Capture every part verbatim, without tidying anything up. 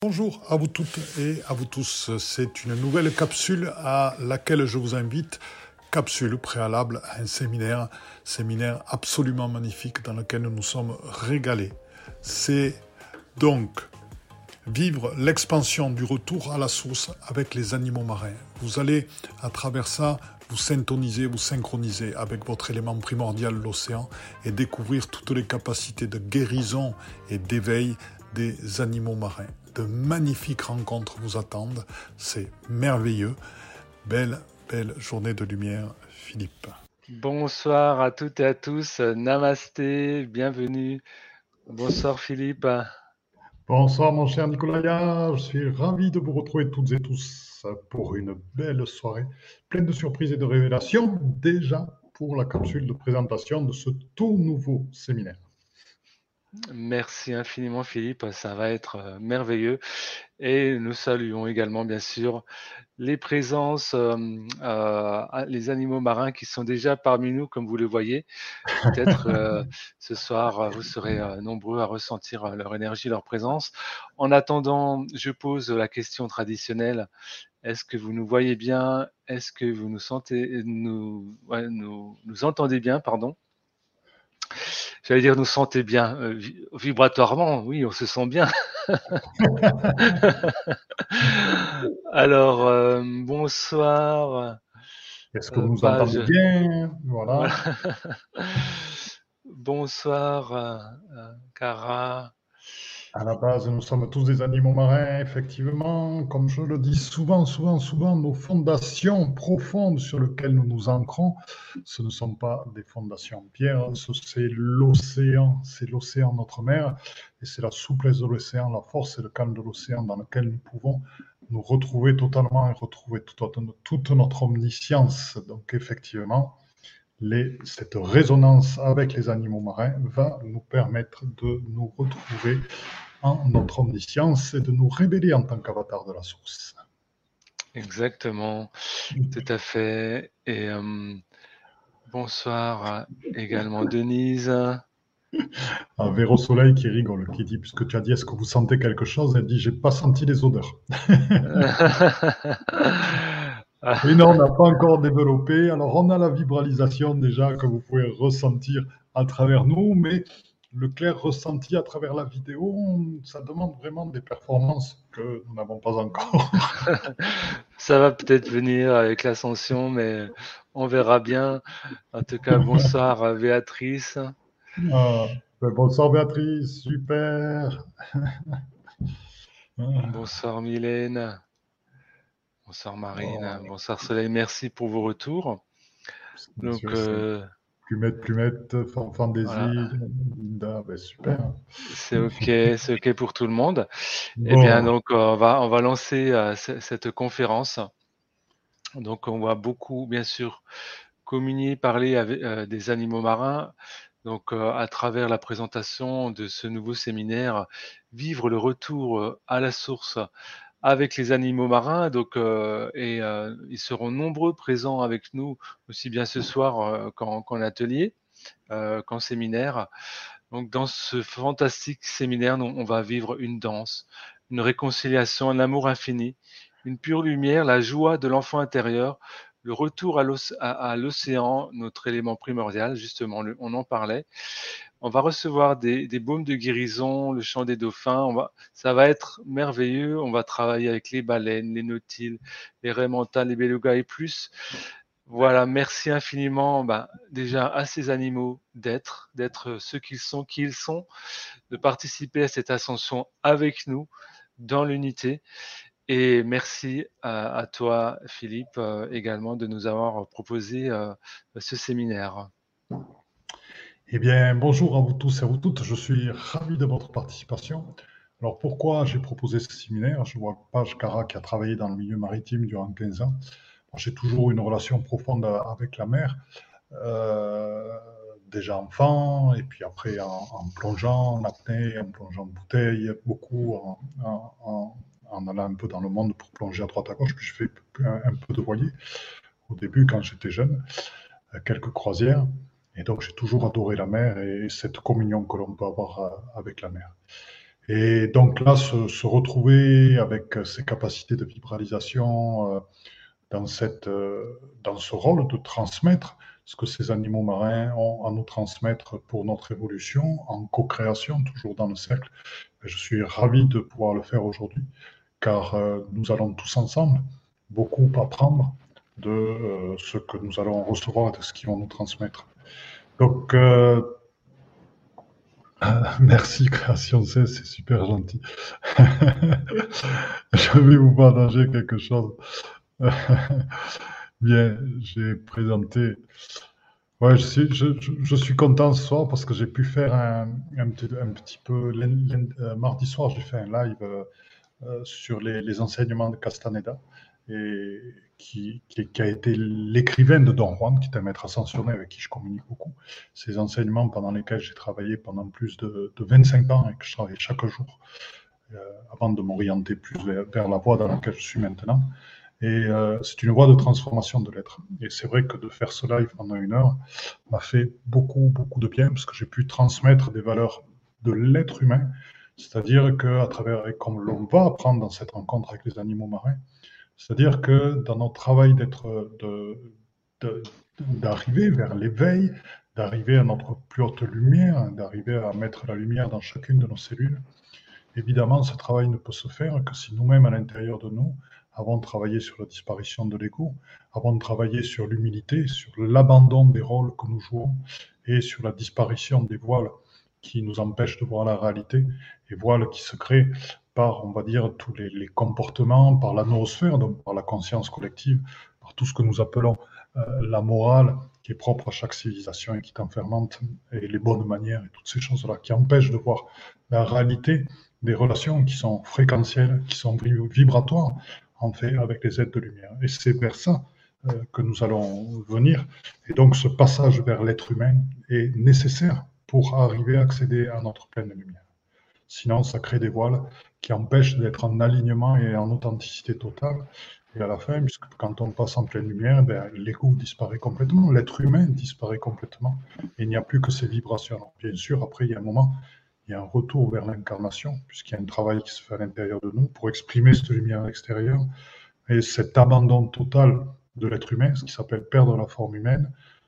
Bonjour à vous toutes et à vous tous. C'est une nouvelle capsule à laquelle je vous invite. Capsule préalable à un séminaire, séminaire absolument magnifique dans lequel nous nous sommes régalés. C'est donc vivre l'expansion du retour à la source avec les animaux marins. Vous allez à travers ça vous syntoniser, vous synchroniser avec votre élément primordial, l'océan, et découvrir toutes les capacités de guérison et d'éveil des animaux marins. De magnifiques rencontres vous attendent, c'est merveilleux. Belle, belle journée de lumière, Philippe. Bonsoir à toutes et à tous, namasté, bienvenue. Bonsoir Philippe. Bonsoir mon cher Nicolas, je suis ravi de vous retrouver toutes et tous pour une belle soirée pleine de surprises et de révélations, déjà pour la capsule de présentation de ce tout nouveau séminaire. Merci infiniment Philippe, ça va être euh, merveilleux. Et nous saluons également bien sûr les présences, euh, euh, les animaux marins qui sont déjà parmi nous comme vous le voyez. Peut-être euh, ce soir vous serez euh, nombreux à ressentir euh, leur énergie, leur présence. En attendant, je pose la question traditionnelle. Est-ce que vous nous voyez bien? Est-ce que vous nous sentez, nous, ouais, nous, nous entendez bien, pardon? J'allais dire nous sentez bien, euh, vi- vibratoirement, oui, on se sent bien. Alors, euh, bonsoir, Est-ce que euh, vous nous entendez page. bien? Voilà. Voilà. Bonsoir, euh, euh, Cara. À la base, nous sommes tous des animaux marins, effectivement. Comme je le dis souvent, souvent, souvent, nos fondations profondes sur lesquelles nous nous ancrons, ce ne sont pas des fondations en pierre, ce- c'est l'océan, c'est l'océan, notre mer, et c'est la souplesse de l'océan, la force et le calme de l'océan dans lequel nous pouvons nous retrouver totalement et retrouver toute, toute notre omniscience. Donc, effectivement, les- cette résonance avec les animaux marins va nous permettre de nous retrouver en notre omniscience et de nous révéler en tant qu'avatar de la source. Exactement, tout à fait. Et euh, bonsoir également Denise. Un Véro Soleil qui rigole, qui dit, puisque tu as dit, est-ce que vous sentez quelque chose? Elle dit, j'ai pas senti les odeurs. Oui, non, on n'a pas encore développé. Alors, on a la vibralisation déjà que vous pouvez ressentir à travers nous, mais le clair ressenti à travers la vidéo, ça demande vraiment des performances que nous n'avons pas encore. Ça va peut-être venir avec l'ascension, mais on verra bien. En tout cas, bonsoir à Béatrice. Ah, ben, bonsoir Béatrice, super. Ah, Bonsoir Mylène. Bonsoir Marine. oh, Bonsoir Soleil. Merci pour vos retours. bien Donc, sûr, c'est euh, Plumette, Plumette, Fan- voilà, Fantaisie, Linda, ben, super. c'est OK, c'est OK pour tout le monde. Eh bien, Bon, donc, on va, on va lancer euh, ce- cette conférence. Donc, on va beaucoup, bien sûr, communier, parler avec euh, des animaux marins. Donc, euh, à travers la présentation de ce nouveau séminaire, vivre le retour euh, à la source avec les animaux marins. Donc, euh, et euh, ils seront nombreux présents avec nous aussi bien ce soir euh, qu'en qu'en atelier, euh, qu'en séminaire. Donc, dans ce fantastique séminaire, on on va vivre une danse, une réconciliation, un amour infini, une pure lumière, la joie de l'enfant intérieur, le retour à l'oc- à- à l'océan, notre élément primordial, justement, le- on en parlait. On va recevoir des, des baumes de guérison, le chant des dauphins. On va, ça va être merveilleux. On va travailler avec les baleines, les nautiles, les raies mentales, les belugas et plus. Voilà, merci infiniment ben, déjà à ces animaux d'être, d'être ceux qu'ils sont, qui ils sont, de participer à cette ascension avec nous dans l'unité. Et merci à, à toi, Philippe, euh, également de nous avoir proposé euh, ce séminaire. eh bien, bonjour à vous tous et à vous toutes. Je suis ravi de votre participation. Alors, pourquoi j'ai proposé ce séminaire? Je vois Page Cara qui a travaillé dans le milieu maritime durant quinze ans. J'ai toujours une relation profonde avec la mer, euh, déjà enfant, et puis après en, en plongeant en apnée, en plongeant en bouteille, beaucoup en, en- en- en allant un peu dans le monde pour plonger à droite à gauche. Puis je fais un, un peu de voilier au début quand j'étais jeune, euh, quelques croisières. Et donc j'ai toujours adoré la mer et cette communion que l'on peut avoir euh, avec la mer. Et donc là, se, se retrouver avec ces capacités de vibralisation euh, dans, cette, euh, dans ce rôle de transmettre ce que ces animaux marins ont à nous transmettre pour notre évolution, en co-création, toujours dans le cercle. Et je suis ravi de pouvoir le faire aujourd'hui, car euh, nous allons tous ensemble beaucoup apprendre de euh, ce que nous allons recevoir, de ce qu'ils vont nous transmettre. Donc, euh, merci Création C, c'est super gentil. Je vais vous partager quelque chose. Bien, j'ai présenté. Ouais, je suis, je, je, je suis content ce soir parce que j'ai pu faire un, un, petit, un petit peu. Euh, mardi soir, j'ai fait un live euh, euh, sur les, les enseignements de Castaneda, et qui, qui, qui a été l'écrivain de Don Juan, qui est un maître ascensionné avec qui je communique beaucoup. Ces enseignements pendant lesquels j'ai travaillé pendant plus de, de vingt-cinq ans et que je travaille chaque jour euh, avant de m'orienter plus vers, vers la voie dans laquelle je suis maintenant. Et euh, c'est une voie de transformation de l'être. Et c'est vrai que de faire ce live pendant une heure m'a fait beaucoup, beaucoup de bien, parce que j'ai pu transmettre des valeurs de l'être humain, c'est-à-dire qu'à travers, et comme l'on va apprendre dans cette rencontre avec les animaux marins, c'est-à-dire que dans notre travail d'être, de, de, d'arriver vers l'éveil, d'arriver à notre plus haute lumière, d'arriver à mettre la lumière dans chacune de nos cellules, évidemment, ce travail ne peut se faire que si nous-mêmes, à l'intérieur de nous, avons travaillé sur la disparition de l'ego, avons travaillé sur l'humilité, sur l'abandon des rôles que nous jouons et sur la disparition des voiles qui nous empêchent de voir la réalité, et voiles qui se créent par, on va dire, tous les, les comportements, par la noosphère, donc par la conscience collective, par tout ce que nous appelons euh, la morale, qui est propre à chaque civilisation et qui est enfermante, et les bonnes manières, et toutes ces choses-là qui empêchent de voir la réalité des relations qui sont fréquentielles, qui sont vibratoires, en fait, avec les êtres de lumière. Et c'est vers ça euh, que nous allons venir. Et donc, ce passage vers l'être humain est nécessaire pour arriver à accéder à notre pleine lumière. Sinon, ça crée des voiles qui empêchent d'être en alignement et en authenticité totale. Et à la fin, puisque quand on passe en pleine lumière, ben, l'ego disparaît complètement, l'être humain disparaît complètement, et il n'y a plus que ces vibrations. Alors, bien sûr, après, il y a un moment, il y a un retour vers l'incarnation, puisqu'il y a un travail qui se fait à l'intérieur de nous pour exprimer cette lumière extérieure. Et cet abandon total de l'être humain, ce qui s'appelle perdre la forme humaine,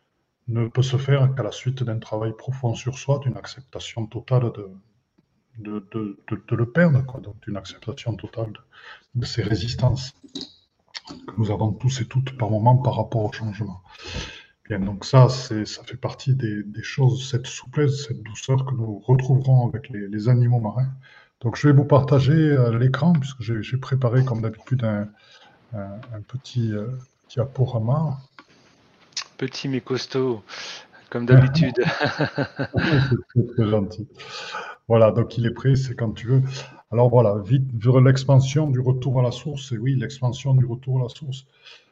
ne peut se faire qu'à la suite d'un travail profond sur soi, d'une acceptation totale de, de, de, de, de le perdre, quoi. Donc d'une acceptation totale de, de ces résistances que nous avons tous et toutes par moment par rapport au changement. Bien, donc ça, c'est, ça fait partie des, des choses, cette souplesse, cette douceur que nous retrouverons avec les, les animaux marins. Donc je vais vous partager euh, l'écran, puisque j'ai, j'ai préparé comme d'habitude un, un, un petit euh, diaporama. Petit mais costaud, comme d'habitude. C'est très gentil. Voilà, donc il est prêt, c'est quand tu veux. Alors voilà, vite, vers l'expansion du retour à la source, et oui, l'expansion du retour à la source.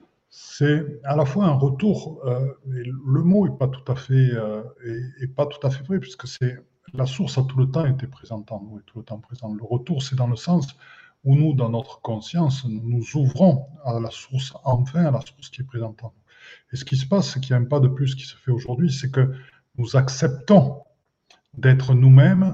C'est à la fois un retour, euh, et le mot n'est pas tout à fait, euh, est, est pas tout à fait vrai, puisque c'est la source a tout le temps été présente en nous, et tout le temps présente. Le retour, c'est dans le sens où nous, dans notre conscience, nous nous ouvrons à la source, enfin à la source qui est présente en nous. Et ce qui se passe, c'est qu'il y a un pas de plus qui se fait aujourd'hui, c'est que nous acceptons d'être nous-mêmes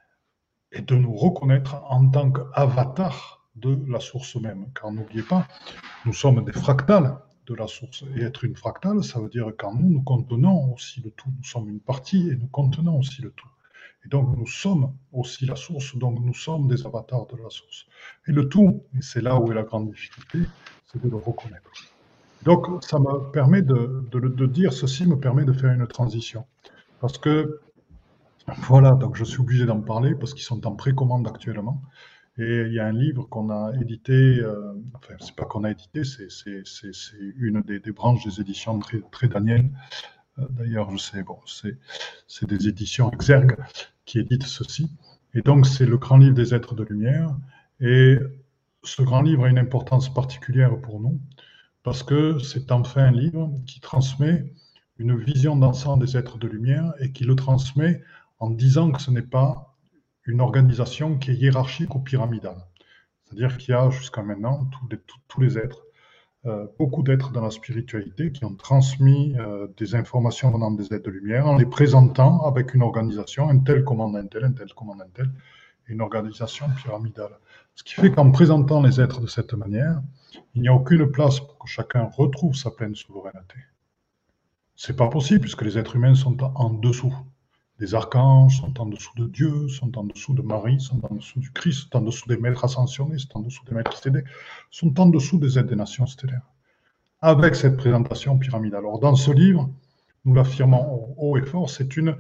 et de nous reconnaître en tant qu'avatar de la source même. Car n'oubliez pas, nous sommes des fractales de la source. Et être une fractale, ça veut dire qu'en nous, nous contenons aussi le tout. Nous sommes une partie et nous contenons aussi le tout. Et donc, nous sommes aussi la source, donc nous sommes des avatars de la source. Et le tout, et c'est là où est la grande difficulté, c'est de le reconnaître. Donc, ça me permet de, de, de dire, ceci me permet de faire une transition. Parce que, voilà, donc je suis obligé d'en parler parce qu'ils sont en précommande actuellement. Et il y a un livre qu'on a édité, euh, enfin, c'est pas qu'on a édité, c'est, c'est, c'est, c'est une des, des branches des éditions très, très Daniel. Euh, d'ailleurs, je sais, bon, c'est, c'est des éditions Exergue qui éditent ceci. Et donc, c'est le grand livre des êtres de lumière. Et ce grand livre a une importance particulière pour nous parce que c'est enfin un livre qui transmet une vision d'ensemble des êtres de lumière et qui le transmet en disant que ce n'est pas une organisation qui est hiérarchique ou pyramidale. C'est-à-dire qu'il y a jusqu'à maintenant tous les, tous, tous les êtres, euh, beaucoup d'êtres dans la spiritualité qui ont transmis euh, des informations venant des êtres de lumière en les présentant avec une organisation, un tel commande un tel, un tel commande un tel. et une organisation pyramidale. Ce qui fait qu'en présentant les êtres de cette manière, il n'y a aucune place pour que chacun retrouve sa pleine souveraineté. C'est pas possible puisque les êtres humains sont en dessous. Les archanges sont en dessous de Dieu, sont en dessous de Marie, sont en dessous du Christ, sont en dessous des maîtres ascensionnés, sont en dessous des maîtres stédés, sont en dessous des aides des nations stellaires. Avec cette présentation pyramidale. Alors dans ce livre, nous l'affirmons haut et fort, c'est une,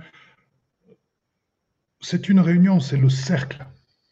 c'est une réunion, c'est le cercle.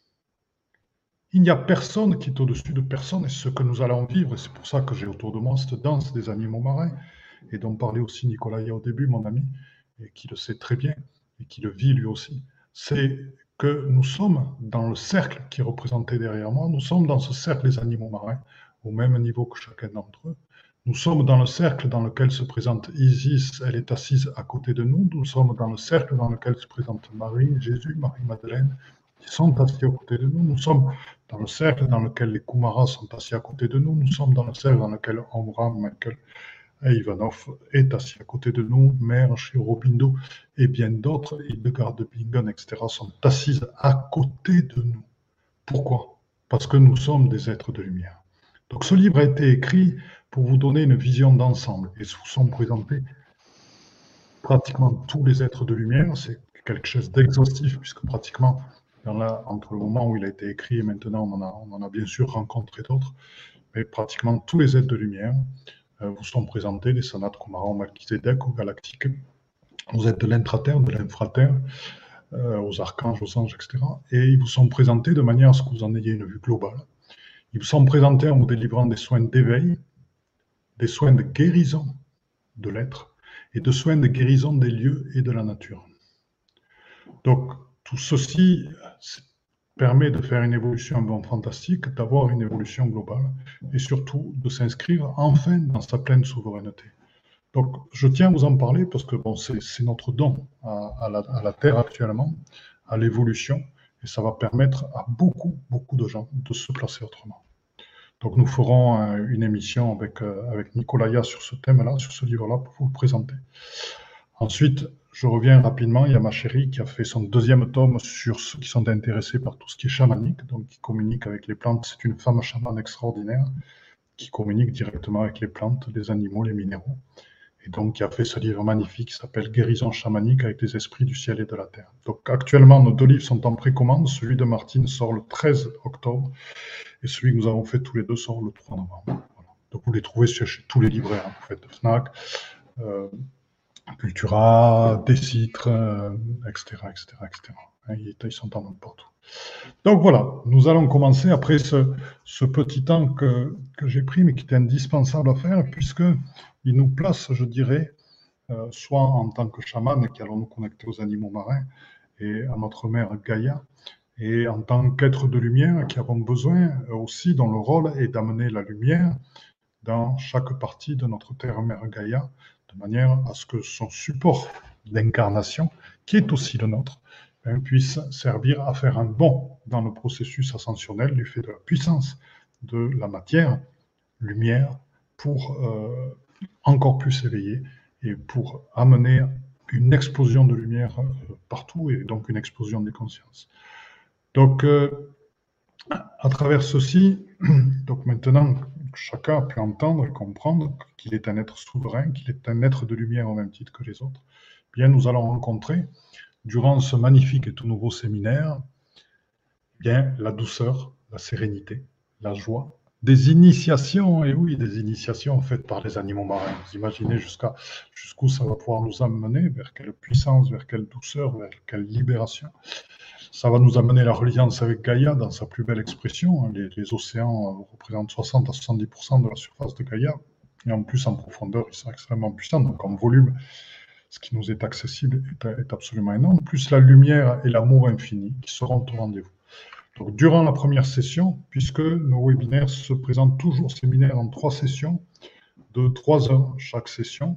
Il n'y a personne qui est au-dessus de personne, et c'est ce que nous allons vivre, et c'est pour ça que j'ai autour de moi cette danse des animaux marins, et dont parlait aussi Nicolas au début, mon ami, et qui le sait très bien, et qui le vit lui aussi, c'est que nous sommes dans le cercle qui est représenté derrière moi, nous sommes dans ce cercle des animaux marins, au même niveau que chacun d'entre eux. Nous sommes dans le cercle dans lequel se présente Isis, elle est assise à côté de nous, nous sommes dans le cercle dans lequel se présente Marie, Jésus, Marie-Madeleine, qui sont assis à côté de nous, nous sommes dans le cercle dans lequel les Kumaras sont assis à côté de nous, nous sommes dans le cercle dans lequel Omram, Michael et Ivanov est assis à côté de nous, Mère, Aurobindo et bien d'autres, Hildegard de Bingen, et cetera, sont assises à côté de nous. Pourquoi? Parce que nous sommes des êtres de lumière. Donc ce livre a été écrit pour vous donner une vision d'ensemble, et vous sont présentés pratiquement tous les êtres de lumière. C'est quelque chose d'exhaustif, puisque pratiquement, dans la, entre le moment où il a été écrit et maintenant, on en a, on en a bien sûr rencontré d'autres, mais pratiquement tous les êtres de lumière euh, vous sont présentés, des Sanat Kumaran, Melchizedek, aux galactiques, aux êtres de l'intraterre, de l'infraterre, euh, aux archanges, aux anges, et cetera. Et ils vous sont présentés de manière à ce que vous en ayez une vue globale. Ils vous sont présentés en vous délivrant des soins d'éveil, des soins de guérison de l'être et de soins de guérison des lieux et de la nature. Donc, tout ceci permet de faire une évolution un bon fantastique, d'avoir une évolution globale et surtout de s'inscrire enfin dans sa pleine souveraineté. Donc, je tiens à vous en parler parce que bon, c'est notre don à, à, la, à la Terre actuellement, à l'évolution, et ça va permettre à beaucoup, beaucoup de gens de se placer autrement. Donc nous ferons euh, une émission avec, euh, avec Nicolaya sur ce thème-là, sur ce livre-là, pour vous le présenter. Ensuite, je reviens rapidement, il y a ma chérie qui a fait son deuxième tome sur ceux qui sont intéressés par tout ce qui est chamanique, donc qui communique avec les plantes. C'est une femme chamane extraordinaire qui communique directement avec les plantes, les animaux, les minéraux. Et donc qui a fait ce livre magnifique qui s'appelle Guérison chamanique avec les esprits du ciel et de la terre. Donc actuellement, nos deux livres sont en précommande. Celui de Martine sort le treize octobre. Et celui que nous avons fait tous les deux sort le trois novembre. Voilà. Donc vous les trouvez chez, chez tous les libraires, hein. Vous faites Fnac, euh, Cultura, Décitre, euh, et cetera, et cetera, et cetera. Hein, ils, ils sont en partout. Donc voilà, nous allons commencer après ce, ce petit temps que, que j'ai pris, mais qui est indispensable à faire, puisqu'il nous place, je dirais, euh, soit en tant que chaman, qui allons nous connecter aux animaux marins et à notre mère Gaïa, et en tant qu'être de lumière qui avons besoin aussi, dont le rôle est d'amener la lumière dans chaque partie de notre terre-mère Gaïa, de manière à ce que son support d'incarnation, qui est aussi le nôtre, hein, puisse servir à faire un bond dans le processus ascensionnel du fait de la puissance de la matière, lumière, pour euh, encore plus éveiller et pour amener une explosion de lumière euh, partout et donc une explosion des consciences. Donc, euh, à travers ceci, donc maintenant, chacun a pu entendre et comprendre qu'il est un être souverain, qu'il est un être de lumière au même titre que les autres. Bien, nous allons rencontrer, durant ce magnifique et tout nouveau séminaire, bien la douceur, la sérénité, la joie, des initiations, et oui, des initiations faites par les animaux marins. Vous imaginez jusqu'à jusqu'où ça va pouvoir nous amener, vers quelle puissance, vers quelle douceur, vers quelle libération. Ça va nous amener la reliance avec Gaïa dans sa plus belle expression. Les, les océans représentent soixante à soixante-dix pour cent de la surface de Gaïa. Et en plus, en profondeur, ils sont extrêmement puissants. Donc, en volume, ce qui nous est accessible est, est absolument énorme. Plus la lumière et l'amour infini qui seront au rendez-vous. Donc, durant la première session, puisque nos webinaires se présentent toujours séminaires en trois sessions, de trois heures chaque session.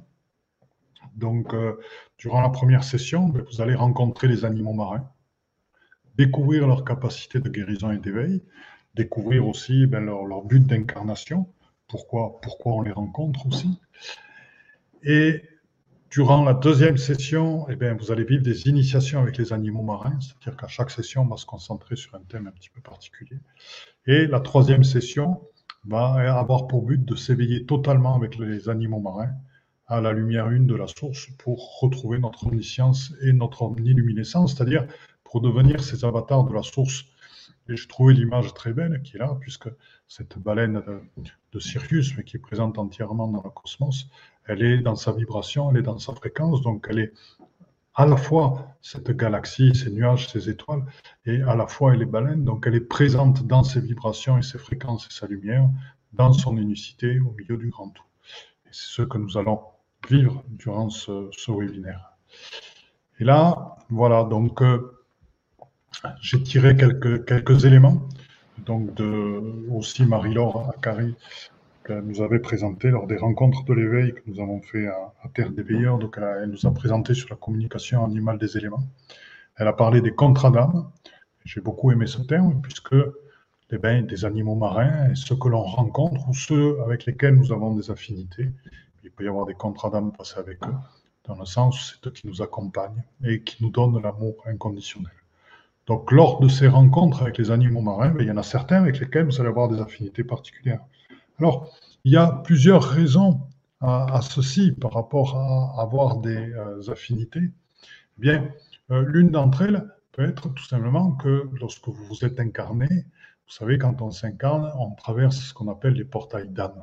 Donc, euh, durant la première session, ben, vous allez rencontrer les animaux marins, découvrir leur capacité de guérison et d'éveil, découvrir aussi ben, leur, leur but d'incarnation, pourquoi, pourquoi on les rencontre aussi. Et durant la deuxième session, eh bien, vous allez vivre des initiations avec les animaux marins, c'est-à-dire qu'à chaque session, on va se concentrer sur un thème un petit peu particulier. Et la troisième session va avoir pour but de s'éveiller totalement avec les animaux marins à la lumière une de la source pour retrouver notre omniscience et notre omniluminescence, c'est-à-dire pour devenir ces avatars de la source. Et je trouvais l'image très belle qui est là, puisque cette baleine de, de Sirius, mais qui est présente entièrement dans le cosmos, elle est dans sa vibration, elle est dans sa fréquence, donc elle est à la fois cette galaxie, ces nuages, ces étoiles, et à la fois elle est baleine, donc elle est présente dans ses vibrations et ses fréquences et sa lumière, dans son unicité, au milieu du grand tout. Et c'est ce que nous allons vivre durant ce, ce webinaire. Et là, voilà, donc euh, j'ai tiré quelques, quelques éléments, donc de aussi Marie-Laure Akari, qu'elle nous avait présenté lors des rencontres de l'éveil que nous avons fait à, à Terre des Veilleurs. Donc elle, elle nous a présenté sur la communication animale des éléments. Elle a parlé des contrats d'âme. J'ai beaucoup aimé ce terme, puisque eh bien, des animaux marins, et ceux que l'on rencontre, ou ceux avec lesquels nous avons des affinités, il peut y avoir des contrats d'âme passés avec eux, dans le sens où c'est eux qui nous accompagnent et qui nous donnent l'amour inconditionnel. Donc lors de ces rencontres avec les animaux marins, il y en a certains avec lesquels vous allez avoir des affinités particulières. Alors, il y a plusieurs raisons à, à ceci par rapport à avoir des euh, affinités. Eh bien, euh, l'une d'entre elles peut être tout simplement que lorsque vous vous êtes incarné, vous savez, quand on s'incarne, on traverse ce qu'on appelle les portails d'âme.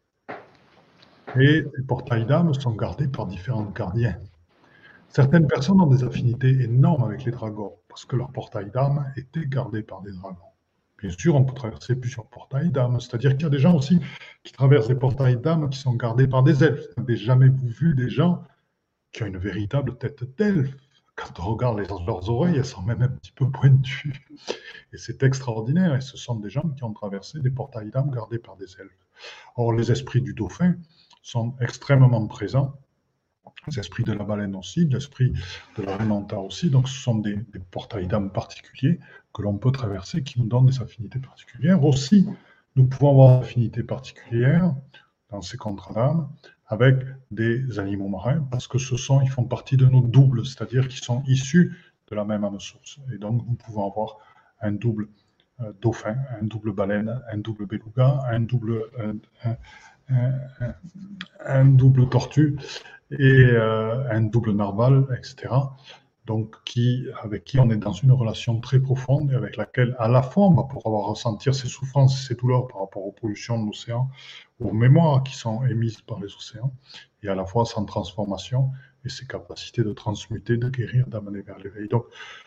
Et les portails d'âme sont gardés par différents gardiens. Certaines personnes ont des affinités énormes avec les dragons, parce que leur portail d'âme était gardé par des dragons. Bien sûr, on peut traverser plusieurs portails d'âme, c'est-à-dire qu'il y a des gens aussi qui traversent des portails d'âme qui sont gardés par des elfes. Vous n'avez jamais vu des gens qui ont une véritable tête d'elfe. Quand on regarde les, leurs oreilles, elles sont même un petit peu pointues. Et c'est extraordinaire, et ce sont des gens qui ont traversé des portails d'âme gardés par des elfes. Or, les esprits du dauphin sont extrêmement présents, les esprits de la baleine aussi, l'esprit de la Manta aussi, donc ce sont des, des portails d'âme particuliers que l'on peut traverser, qui nous donnent des affinités particulières. Aussi, nous pouvons avoir des affinités particulières dans ces contrats d'âme avec des animaux marins, parce que ce sont, ils font partie de nos doubles, c'est-à-dire qu'ils sont issus de la même âme source. Et donc, nous pouvons avoir un double euh, dauphin, un double baleine, un double beluga, un double, un, un, un, un, un double tortue, et euh, un double narval, et cetera. Donc, qui, avec qui on est dans une relation très profonde et avec laquelle, à la fois, on va pouvoir ressentir ces souffrances et ces douleurs par rapport aux pollutions de l'océan, aux mémoires qui sont émises par les océans, et à la fois sans transformation et ses capacités de transmuter, de guérir, d'amener vers l'éveil. Donc,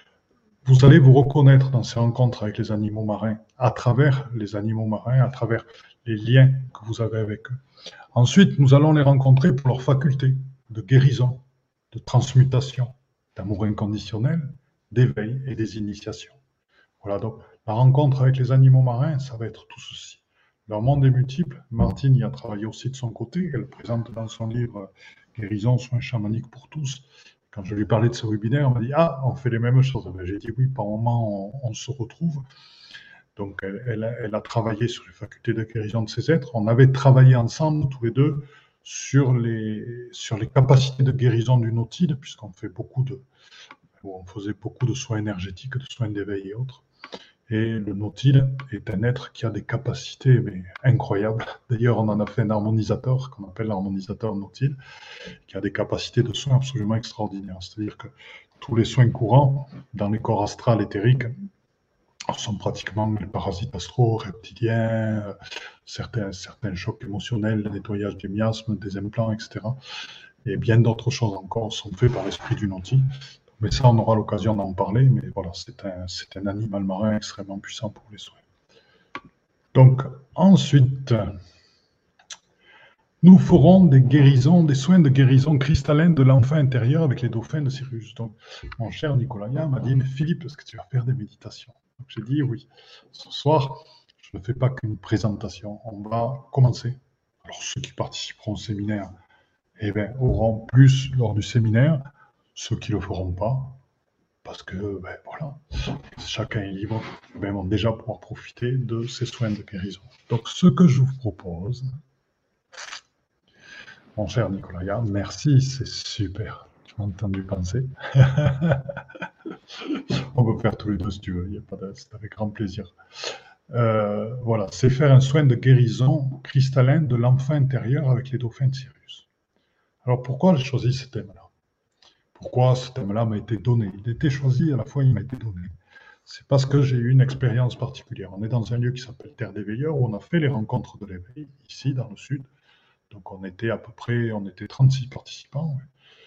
vous allez vous reconnaître dans ces rencontres avec les animaux marins, à travers les animaux marins, à travers les liens que vous avez avec eux. Ensuite, nous allons les rencontrer pour leurs facultés de guérison, de transmutation, d'amour inconditionnel, d'éveil et des initiations. Voilà, donc la rencontre avec les animaux marins, ça va être tout ceci. Leur monde est multiple. Martine y a travaillé aussi de son côté. Elle présente dans son livre Guérison, soins chamaniques pour tous. Quand je lui parlais de ce webinaire, elle m'a dit « Ah, on fait les mêmes choses ». J'ai dit « Oui, par moment, on, on se retrouve ». Donc, elle, elle, elle a travaillé sur les facultés de guérison de ces êtres. On avait travaillé ensemble, tous les deux, sur les, sur les capacités de guérison du nautile, puisqu'on fait beaucoup de, on faisait beaucoup de soins énergétiques, de soins d'éveil et autres. Et le nautile est un être qui a des capacités mais, incroyables. D'ailleurs, on en a fait un harmonisateur, qu'on appelle l'harmonisateur nautile, qui a des capacités de soins absolument extraordinaires. C'est-à-dire que tous les soins courants, dans les corps astrales éthériques, sont pratiquement les parasites astraux, reptiliens, euh, certains, certains chocs émotionnels, le nettoyage des miasmes, des implants, et cetera. Et bien d'autres choses encore sont faites par l'esprit du nautile. Mais ça, on aura l'occasion d'en parler. Mais voilà, c'est un, c'est un animal marin extrêmement puissant pour les soins. Donc, ensuite, nous ferons des guérisons, des soins de guérison cristalline de l'enfant intérieur avec les dauphins de Sirius. Donc, mon cher Nicolas m'a dit, mais Philippe, est-ce que tu vas faire des méditations? Donc, j'ai dit oui. Ce soir, je ne fais pas qu'une présentation. On va commencer. Alors, ceux qui participeront au séminaire eh bien, auront plus lors du séminaire. Ceux qui ne le feront pas, parce que, ben, voilà, chacun est libre, ben, vont déjà pouvoir profiter de ces soins de guérison. Donc, ce que je vous propose, Mon cher Nicolas, merci, c'est super. Tu m'as entendu penser. On peut faire tous les deux si tu veux, il y a pas de... c'est avec grand plaisir. Euh, voilà, c'est faire un soin de guérison cristallin de l'enfant intérieur avec les dauphins de Sirius. Alors pourquoi j'ai choisi ce thème-là? Pourquoi ce thème-là m'a été donné? Il a été choisi, à la fois il m'a été donné. C'est parce que j'ai eu une expérience particulière. On est dans un lieu qui s'appelle Terre des Veilleurs, où on a fait les rencontres de l'éveil, ici dans le sud. Donc on était à peu près, on était trente-six participants,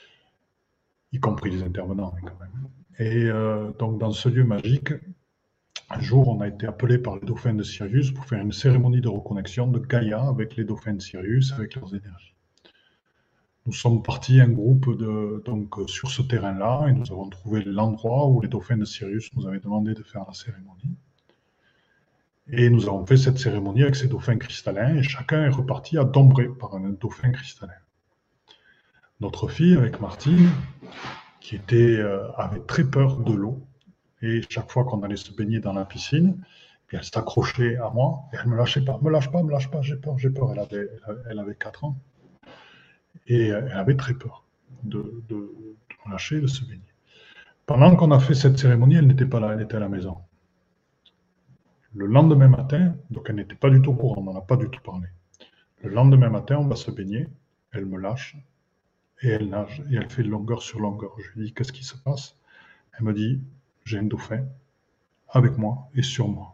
y compris les intervenants quand même. Et euh, donc dans ce lieu magique, un jour on a été appelé par les dauphins de Sirius pour faire une cérémonie de reconnexion de Gaïa avec les dauphins de Sirius, avec leurs énergies. Nous sommes partis un groupe de, donc, sur ce terrain-là et nous avons trouvé l'endroit où les dauphins de Sirius nous avaient demandé de faire la cérémonie. Et nous avons fait cette cérémonie avec ces dauphins cristallins et chacun est reparti à Dombré par un dauphin cristallin. Notre fille, avec Martine, qui était, euh, avait très peur de l'eau, et chaque fois qu'on allait se baigner dans la piscine, elle s'accrochait à moi et elle ne me lâchait pas. Me lâche pas, me lâche pas, j'ai peur, j'ai peur. Elle avait, elle avait quatre ans. Et elle avait très peur de, de, de me lâcher, de se baigner. Pendant qu'on a fait cette cérémonie, elle n'était pas là, elle était à la maison. Le lendemain matin, donc elle n'était pas du tout au courant, on n'en a pas du tout parlé. Le lendemain matin, on va se baigner, elle me lâche, et elle nage, et elle fait de longueur sur longueur. Je lui dis, qu'est-ce qui se passe? Elle me dit, j'ai un dauphin avec moi et sur moi.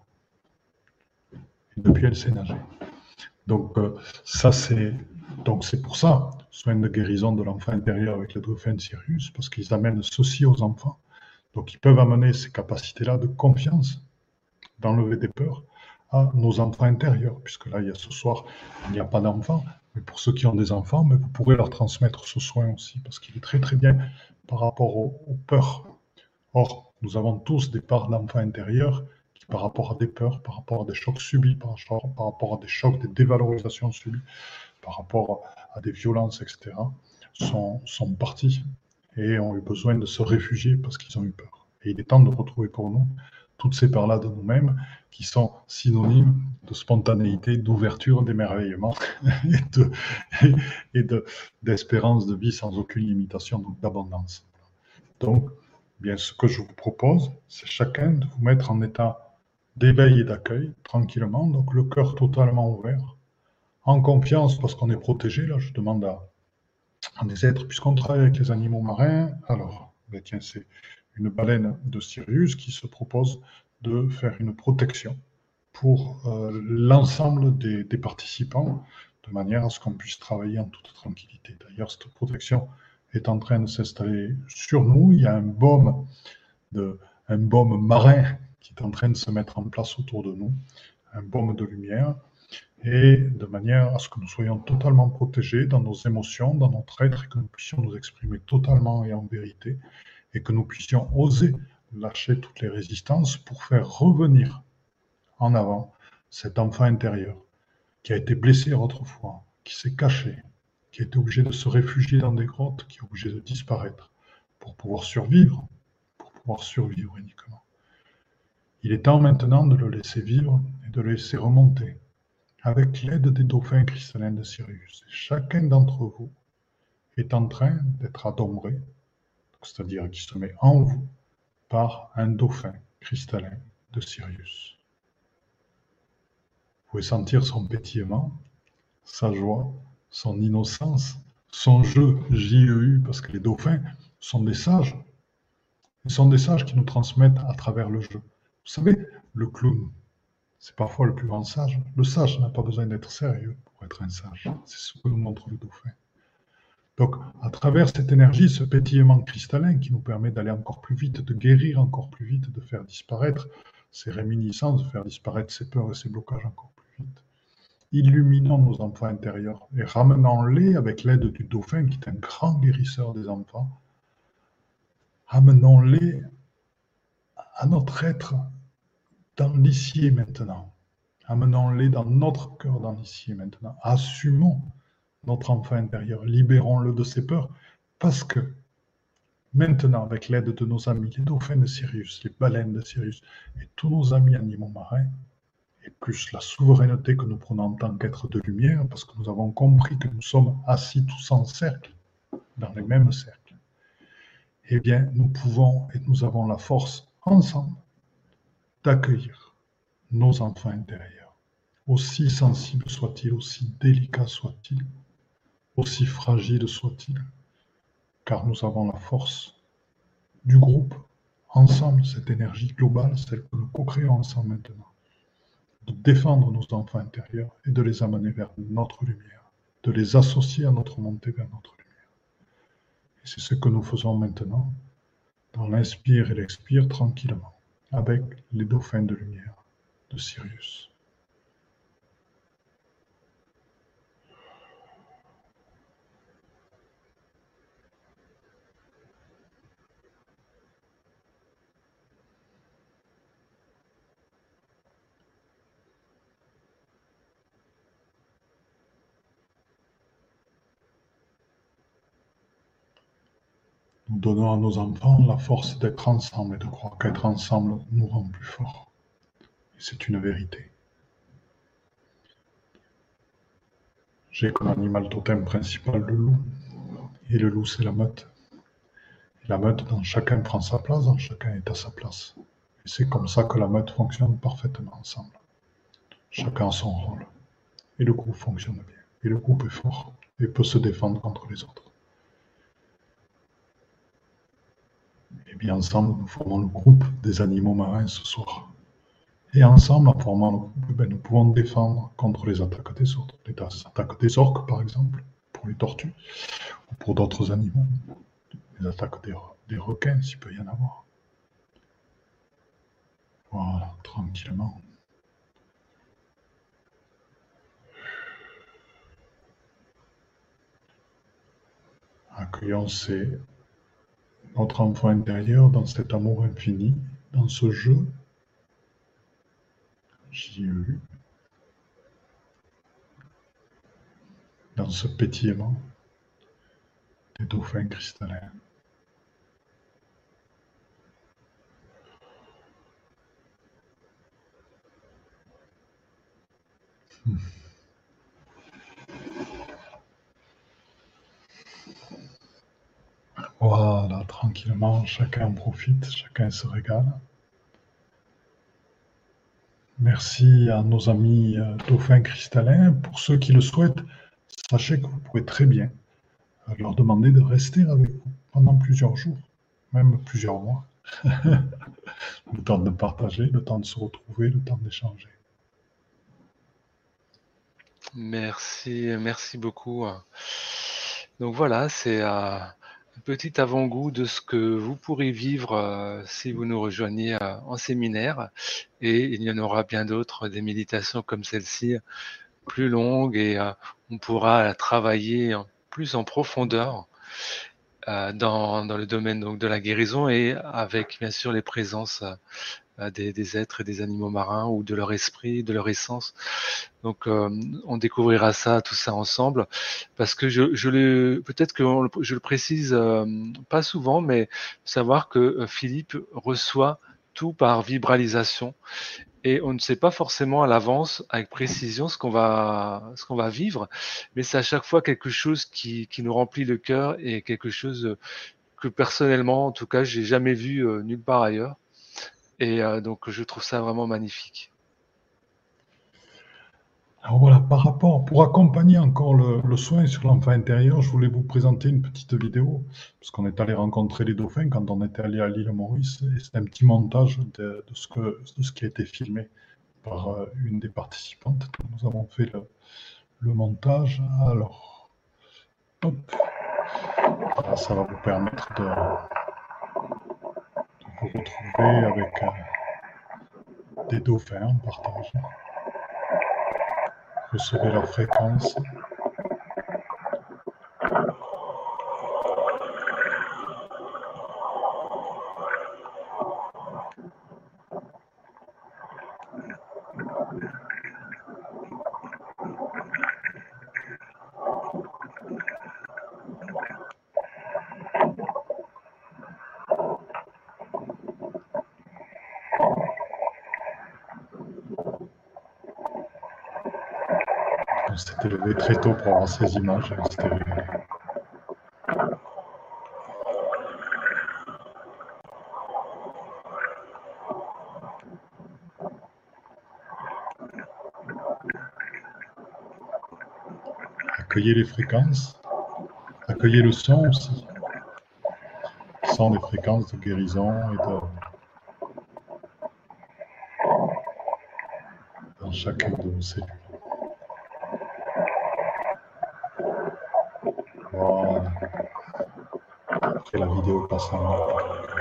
Et depuis, elle sait nager. Donc, euh, ça, c'est donc c'est pour ça, soin de guérison de l'enfant intérieur avec les dauphins de Sirius, parce qu'ils amènent ceci aux enfants. Donc, ils peuvent amener ces capacités-là de confiance, d'enlever des peurs à nos enfants intérieurs, puisque là, il y a ce soir, il n'y a pas d'enfants, mais pour ceux qui ont des enfants, mais vous pourrez leur transmettre ce soin aussi, parce qu'il est très très bien par rapport aux, aux peurs. Or, nous avons tous des parts d'enfants intérieurs qui, par rapport à des peurs, par rapport à des chocs subis, par, par rapport à des chocs, des dévalorisations subies, par rapport à des violences, et cetera, sont, sont partis et ont eu besoin de se réfugier parce qu'ils ont eu peur. Et il est temps de retrouver pour nous toutes ces parts-là de nous-mêmes qui sont synonymes de spontanéité, d'ouverture, d'émerveillement et, de, et de, d'espérance de vie sans aucune limitation, donc d'abondance. Donc, bien, ce que je vous propose, c'est chacun de vous mettre en état d'éveil et d'accueil, tranquillement, donc le cœur totalement ouvert, en confiance parce qu'on est protégé. Là, je demande à, à des êtres, puisqu'on travaille avec les animaux marins, alors, ben tiens, c'est une baleine de Sirius qui se propose de faire une protection pour euh, l'ensemble des, des participants, de manière à ce qu'on puisse travailler en toute tranquillité. D'ailleurs, cette protection est en train de s'installer sur nous. Il y a un baume, de, un baume marin qui est en train de se mettre en place autour de nous, un baume de lumière, et de manière à ce que nous soyons totalement protégés dans nos émotions, dans notre être, et que nous puissions nous exprimer totalement et en vérité, et que nous puissions oser lâcher toutes les résistances pour faire revenir en avant cet enfant intérieur qui a été blessé autrefois, qui s'est caché, qui a été obligé de se réfugier dans des grottes, qui est obligé de disparaître pour pouvoir survivre, pour pouvoir survivre uniquement. Il est temps maintenant de le laisser vivre et de le laisser remonter avec l'aide des dauphins cristallins de Sirius. Et chacun d'entre vous est en train d'être adombré, c'est-à-dire qui se met en vous par un dauphin cristallin de Sirius. Vous pouvez sentir son pétillement, sa joie, son innocence, son jeu, J E U, parce que les dauphins sont des sages. Ils sont des sages qui nous transmettent à travers le jeu. Vous savez, le clown, c'est parfois le plus grand sage. Le sage n'a pas besoin d'être sérieux pour être un sage. C'est ce que nous montre le dauphin. Donc, à travers cette énergie, ce pétillement cristallin qui nous permet d'aller encore plus vite, de guérir encore plus vite, de faire disparaître ces réminiscences, de faire disparaître ces peurs et ces blocages encore plus vite, illuminons nos enfants intérieurs et ramenons-les avec l'aide du dauphin, qui est un grand guérisseur des enfants, amenons-les à notre être dans l'ici et maintenant. Amenons-les dans notre cœur dans l'ici et maintenant. Assumons notre enfant intérieur, libérons-le de ses peurs, parce que maintenant, avec l'aide de nos amis, les dauphins de Sirius, les baleines de Sirius, et tous nos amis animaux marins, et plus la souveraineté que nous prenons en tant qu'êtres de lumière, parce que nous avons compris que nous sommes assis tous en cercle, dans les mêmes cercles, eh bien, nous pouvons et nous avons la force, ensemble, d'accueillir nos enfants intérieurs, aussi sensibles soient-ils, aussi délicats soient-ils, aussi fragiles soient-ils, car nous avons la force du groupe, ensemble, cette énergie globale, celle que nous co-créons ensemble maintenant, de défendre nos enfants intérieurs et de les amener vers notre lumière, de les associer à notre montée vers notre lumière. Et c'est ce que nous faisons maintenant, dans l'inspire et l'expire tranquillement, avec les dauphins de lumière de Sirius. Nous donnons à nos enfants la force d'être ensemble et de croire qu'être ensemble nous rend plus forts. Et c'est une vérité. J'ai comme animal totem principal le loup. Et le loup, c'est la meute. Et la meute, dans chacun prend sa place, dans chacun est à sa place. Et c'est comme ça que la meute fonctionne parfaitement ensemble. Chacun a son rôle. Et le groupe fonctionne bien. Et le groupe est fort et peut se défendre contre les autres. Et bien ensemble, nous formons le groupe des animaux marins ce soir. Et ensemble, en formant le groupe, ben, nous pouvons défendre contre les attaques des autres. Les attaques des orques, par exemple, pour les tortues, ou pour d'autres animaux. Les attaques des, des requins, s'il peut y en avoir. Voilà, tranquillement. Accueillons ces, notre enfant intérieur dans cet amour infini, dans ce jeu. J E U. Dans ce pétillement des dauphins cristallins. Hmm. Voilà, tranquillement, chacun en profite, chacun se régale. Merci à nos amis euh, dauphins cristallins. Pour ceux qui le souhaitent, sachez que vous pourrez très bien euh, leur demander de rester avec vous pendant plusieurs jours, même plusieurs mois. Le temps de partager, le temps de se retrouver, le temps d'échanger. Merci, merci beaucoup. Donc voilà, c'est euh, un petit avant-goût de ce que vous pourrez vivre euh, si vous nous rejoignez euh, en séminaire. Et il y en aura bien d'autres, des méditations comme celle-ci, plus longues, et euh, on pourra travailler en- plus en profondeur euh, dans, dans le domaine donc, de la guérison, et avec bien sûr les présences euh, des, des êtres et des animaux marins, ou de leur esprit, de leur essence. Donc, euh, on découvrira ça, tout ça ensemble, parce que je, je le, peut-être que on le- je le précise euh, pas souvent, mais savoir que euh, Philippe reçoit tout par vibralisation, et on ne sait pas forcément à l'avance, avec précision, ce qu'on va, ce qu'on va vivre, mais c'est à chaque fois quelque chose qui, qui nous remplit le cœur, et quelque chose que personnellement, en tout cas, j'ai jamais vu euh, nulle part ailleurs, et euh, donc je trouve ça vraiment magnifique. Alors voilà, par rapport, pour accompagner encore le, le soin sur l'enfant intérieur, je voulais vous présenter une petite vidéo, parce qu'on est allé rencontrer les dauphins quand on était allé à l'île Maurice, et c'est un petit montage de, de, ce que, de ce qui a été filmé par euh, une des participantes. Nous avons fait le, le montage. Alors, hop, voilà, ça va vous permettre de, de vous retrouver avec euh, des dauphins en partage. Recevez leur fréquence. On s'était levé très tôt pour avoir ces images. C'était accueillir les fréquences, accueillir le son aussi. Le son des fréquences de guérison et de dans chacune de nos cellules. Voilà. Après la vidéo passe en bas.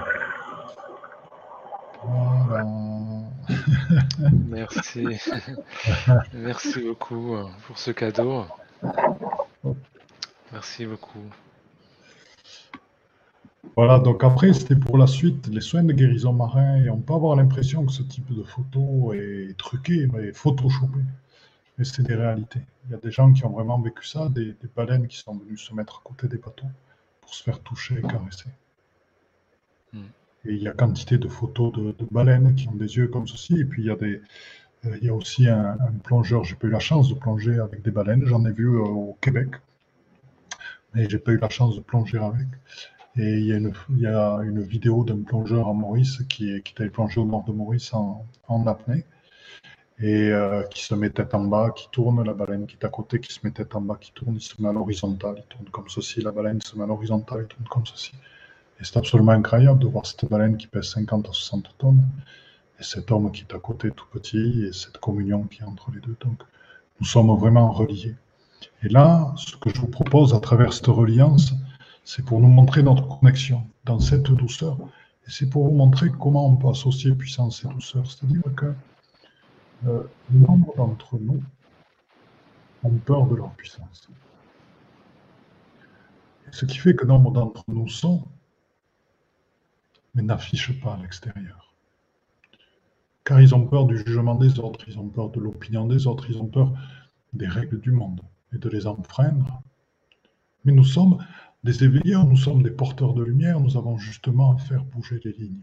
Voilà. Merci. Merci beaucoup pour ce cadeau. Merci beaucoup. Voilà, donc après, c'était pour la suite, les soins de guérison marin, et on peut avoir l'impression que ce type de photo est truqué, est photoshopé, mais c'est des réalités. Il y a des gens qui ont vraiment vécu ça, des, des baleines qui sont venues se mettre à côté des bateaux pour se faire toucher et caresser. Mm. Et il y a quantité de photos de, de baleines qui ont des yeux comme ceci, et puis il y a, des, euh, il y a aussi un, un plongeur, j'ai pas eu la chance de plonger avec des baleines, j'en ai vu euh, au Québec, mais j'ai pas eu la chance de plonger avec. Et il y a une, il y a une vidéo d'un plongeur en Maurice qui est, qui est allé plonger au nord de Maurice en, en apnée et euh, qui se met tête en bas, qui tourne, la baleine qui est à côté, qui se met tête en bas, qui tourne, il se met à l'horizontale, il tourne comme ceci, la baleine se met à l'horizontale, il tourne comme ceci. Et c'est absolument incroyable de voir cette baleine qui pèse cinquante à soixante tonnes et cet homme qui est à côté tout petit et cette communion qui est entre les deux. Donc nous sommes vraiment reliés. Et là, ce que je vous propose à travers cette reliance, c'est pour nous montrer notre connexion dans cette douceur. Et c'est pour vous montrer comment on peut associer puissance et douceur. C'est-à-dire que euh, nombre d'entre nous ont peur de leur puissance. Et ce qui fait que nombre d'entre nous sont, mais n'affichent pas à l'extérieur. Car ils ont peur du jugement des autres, ils ont peur de l'opinion des autres, ils ont peur des règles du monde et de les enfreindre. Mais nous sommes des éveilleurs, nous sommes des porteurs de lumière, nous avons justement à faire bouger les lignes.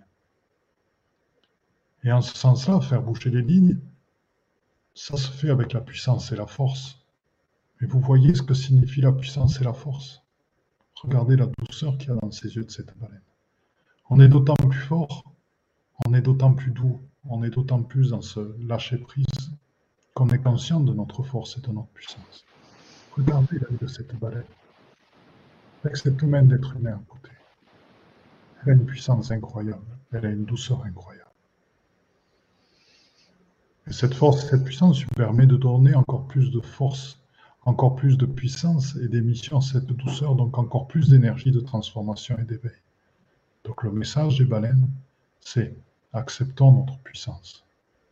Et en ce sens-là, faire bouger les lignes, ça se fait avec la puissance et la force. Mais vous voyez ce que signifie la puissance et la force. Regardez la douceur qu'il y a dans ces yeux de cette baleine. On est d'autant plus fort, on est d'autant plus doux, on est d'autant plus dans ce lâcher-prise qu'on est conscient de notre force et de notre puissance. Regardez l'œil de cette baleine. Avec cette main d'être humain à côté. Elle a une puissance incroyable, elle a une douceur incroyable. Et cette force et cette puissance lui permet de donner encore plus de force, encore plus de puissance et d'émission à cette douceur, donc encore plus d'énergie de transformation et d'éveil. Donc le message des baleines, c'est acceptons notre puissance.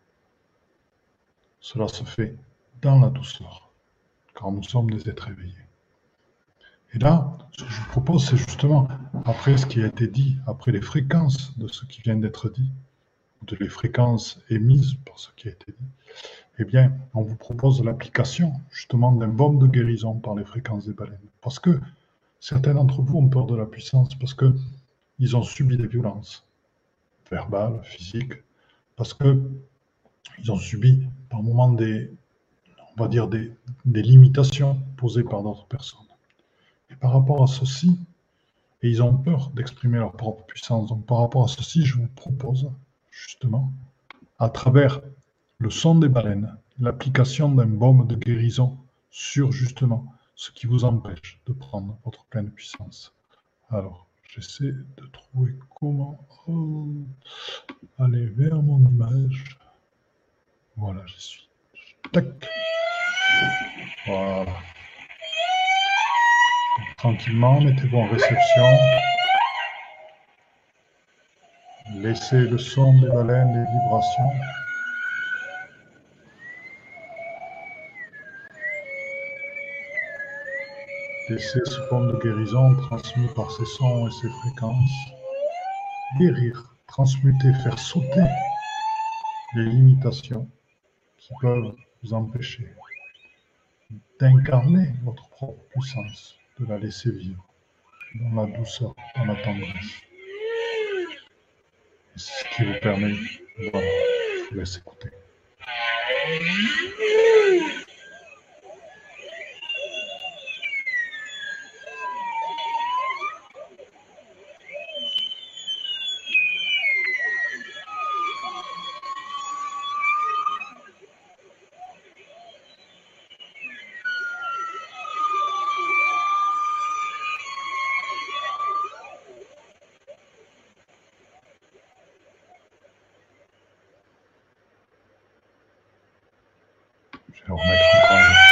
Cela se fait dans la douceur, car nous sommes des êtres éveillés. Et là, ce que je vous propose, c'est justement, après ce qui a été dit, après les fréquences de ce qui vient d'être dit, de les fréquences émises par ce qui a été dit, eh bien, on vous propose l'application, justement, d'un baume de guérison par les fréquences des baleines. Parce que certains d'entre vous ont peur de la puissance, parce qu'ils ont subi des violences, verbales, physiques, parce qu'ils ont subi, par moments, des, on va dire, des, des limitations posées par d'autres personnes. Et par rapport à ceci, et ils ont peur d'exprimer leur propre puissance. Donc par rapport à ceci, je vous propose justement, à travers le son des baleines, l'application d'un baume de guérison sur justement ce qui vous empêche de prendre votre pleine puissance. Alors, j'essaie de trouver comment oh, aller vers mon image. Voilà, j'y suis. Tac. Voilà. Tranquillement, mettez-vous en réception. Laissez le son des baleines, les vibrations. Laissez ce baume de guérison transmis par ces sons et ces fréquences guérir, transmuter, faire sauter les limitations qui peuvent vous empêcher d'incarner votre propre puissance, de la laisser vivre dans la douceur, dans la tendresse. Et c'est ce qui vous permet, voilà, je vous laisse écouter. remettre encore un peu.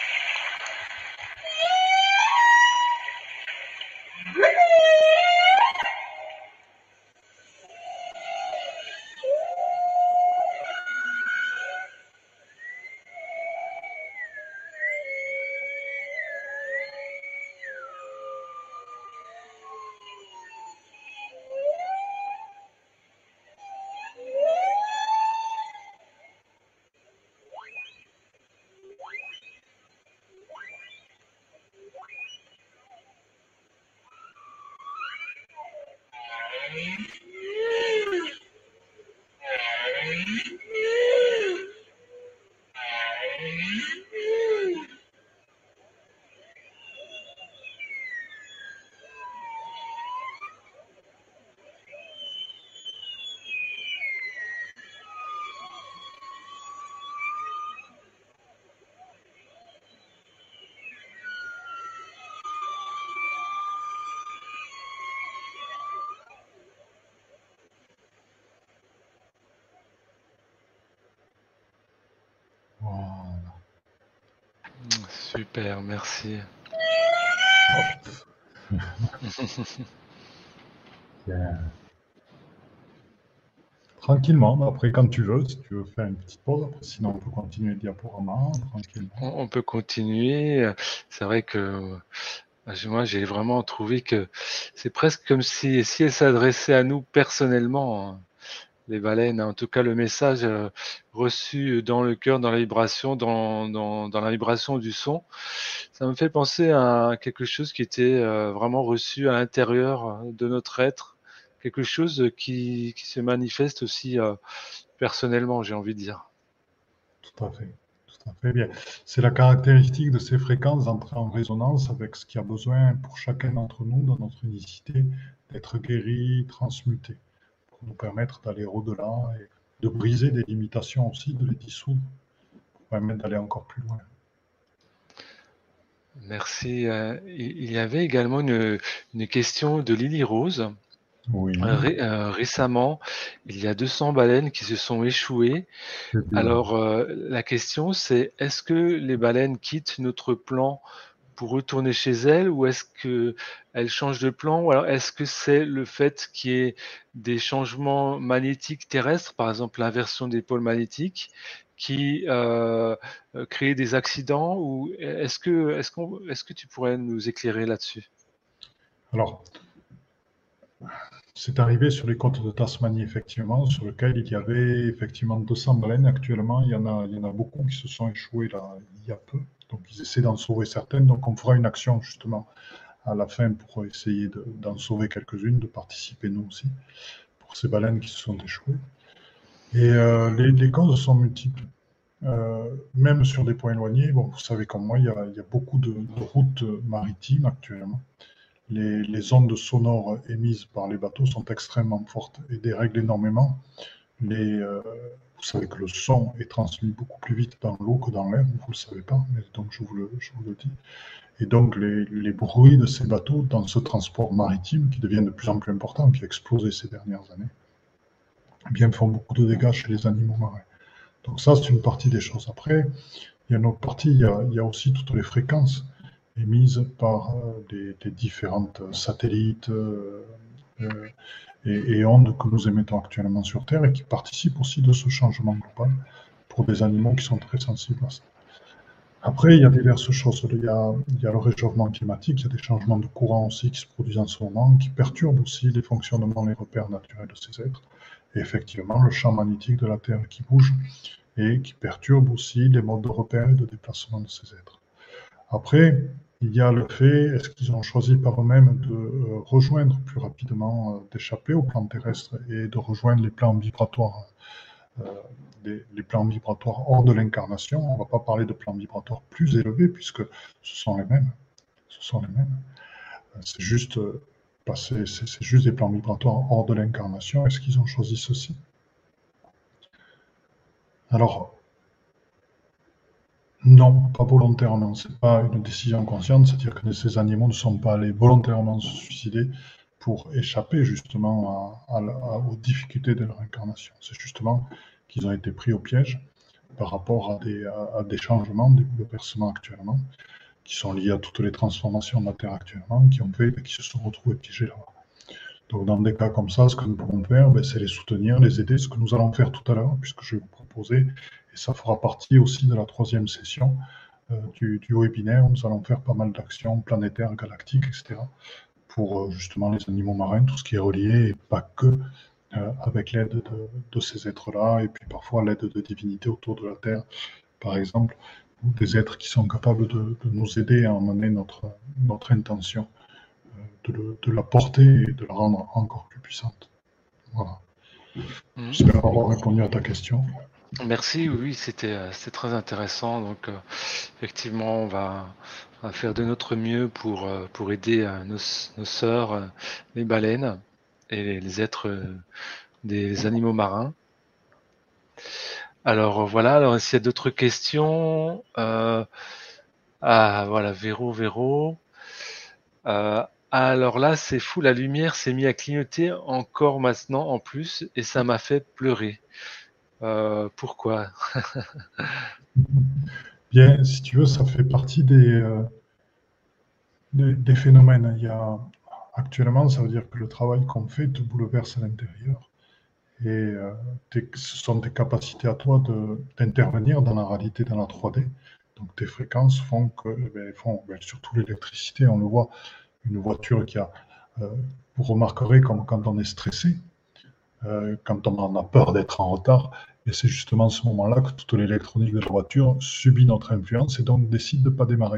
Voilà. Super, merci. Bien. Tranquillement, après quand tu veux, si tu veux faire une petite pause, après sinon on peut continuer le diaporama tranquillement. On, on peut continuer. C'est vrai que moi j'ai vraiment trouvé que c'est presque comme si, si elles s'adressaient à nous personnellement, hein, les baleines. En tout cas, le message euh, reçu dans le cœur, dans la vibration, dans, dans, dans la vibration du son, ça me fait penser à quelque chose qui était euh, vraiment reçu à l'intérieur de notre être, quelque chose qui, qui se manifeste aussi euh, personnellement, j'ai envie de dire. Tout à fait, tout à fait bien. C'est la caractéristique de ces fréquences d'entrer en résonance avec ce qui a besoin pour chacun d'entre nous dans notre unicité d'être guéri, transmuté, pour nous permettre d'aller au-delà et de briser des limitations aussi, de les dissoudre, pour permettre d'aller encore plus loin. Merci. Euh, il y avait également une, une question de Lily Rose. Oui, Euh, ré- euh, récemment, il y a deux cents baleines qui se sont échouées. c'est bien. Alors, euh, la question, c'est est-ce que les baleines quittent notre plan pour retourner chez elles ou est-ce qu'elles changent de plan ou alors est-ce que c'est le fait qu'il y ait des changements magnétiques terrestres, par exemple l'inversion des pôles magnétiques, qui euh, euh, créent des accidents ou est-ce que, est-ce qu'on, est-ce que tu pourrais nous éclairer là-dessus? Alors, c'est arrivé sur les côtes de Tasmanie, effectivement, sur lequel il y avait effectivement deux cents baleines. Actuellement, il y en a, il y en a beaucoup qui se sont échouées là, il y a peu. Donc, ils essaient d'en sauver certaines. Donc, on fera une action justement à la fin pour essayer de- d'en sauver quelques-unes, de participer nous aussi, pour ces baleines qui se sont échouées. Et euh, les, les causes sont multiples. Euh, même sur des points éloignés, bon, vous savez comme moi, il y a, il y a beaucoup de, de routes maritimes actuellement. Les, les ondes sonores émises par les bateaux sont extrêmement fortes et dérèglent énormément. Les, euh, vous savez que le son est transmis beaucoup plus vite dans l'eau que dans l'air, vous ne le savez pas, mais donc je vous le, je vous le dis. Et donc les, les bruits de ces bateaux dans ce transport maritime qui devient de plus en plus important, qui a explosé ces dernières années, eh bien, font beaucoup de dégâts chez les animaux marins. Donc ça, c'est une partie des choses. Après, il y a une autre partie, il y a, il y a aussi toutes les fréquences émises par euh, les, les différentes satellites euh, euh, et, et ondes que nous émettons actuellement sur Terre et qui participent aussi de ce changement global pour des animaux qui sont très sensibles à ça. Après, il y a diverses choses. Il y a, il y a le réchauffement climatique, il y a des changements de courant aussi qui se produisent en ce moment, qui perturbent aussi les fonctionnements, les repères naturels de ces êtres. Et effectivement, le champ magnétique de la Terre qui bouge et qui perturbe aussi les modes de repère et de déplacement de ces êtres. Après, il y a le fait, est-ce qu'ils ont choisi par eux-mêmes de euh, rejoindre plus rapidement, euh, d'échapper au plan terrestre et de rejoindre les plans vibratoires euh, les, les, plans vibratoires hors de l'incarnation. On ne va pas parler de plans vibratoires plus élevés puisque ce sont les mêmes. Ce sont les mêmes. C'est juste, euh, c'est, c'est juste des plans vibratoires hors de l'incarnation. Est-ce qu'ils ont choisi ceci? Alors, non, pas volontairement. Ce n'est pas une décision consciente, c'est-à-dire que ces animaux ne sont pas allés volontairement se suicider pour échapper justement à, à, à, aux difficultés de leur incarnation. C'est justement qu'ils ont été pris au piège par rapport à des, à, à des changements, des bouleversements actuellement, qui sont liés à toutes les transformations de la Terre actuellement, qui ont fait qui se sont retrouvés piégés là-bas. Donc dans des cas comme ça, ce que nous pouvons faire, ben, c'est les soutenir, les aider, ce que nous allons faire tout à l'heure, puisque je vais vous proposer, et ça fera partie aussi de la troisième session euh, du, du webinaire, nous allons faire pas mal d'actions planétaires, galactiques, et cetera, pour euh, justement les animaux marins, tout ce qui est relié, et pas que euh, avec l'aide de, de ces êtres-là, et puis parfois l'aide de divinités autour de la Terre, par exemple, ou des êtres qui sont capables de, de nous aider à emmener notre, notre intention, de, le, de la porter et de la rendre encore plus puissante. Voilà. Mmh. J'espère avoir répondu à ta question. Merci, oui, c'était c'était très intéressant. Donc, euh, effectivement, on va, on va faire de notre mieux pour, euh, pour aider euh, nos, nos sœurs, euh, les baleines et les, les êtres euh, des animaux marins. Alors voilà, alors s'il y a d'autres questions, euh, ah voilà, Véro, Véro. Euh, alors là, c'est fou, la lumière s'est mise à clignoter encore maintenant en plus et ça m'a fait pleurer. Euh, pourquoi? Bien, si tu veux, ça fait partie des, euh, des, des phénomènes. Il y a, actuellement, ça veut dire que le travail qu'on fait te bouleverse à l'intérieur. Et euh, tes, ce sont tes capacités à toi d'intervenir dans la réalité, dans la trois D. Donc tes fréquences font que, ben, font, ben, surtout l'électricité, on le voit, une voiture qui a, euh, vous remarquerez comme quand on est stressé, euh, quand on en a peur d'être en retard, et c'est justement à ce moment-là que toute l'électronique de la voiture subit notre influence et donc décide de ne pas démarrer.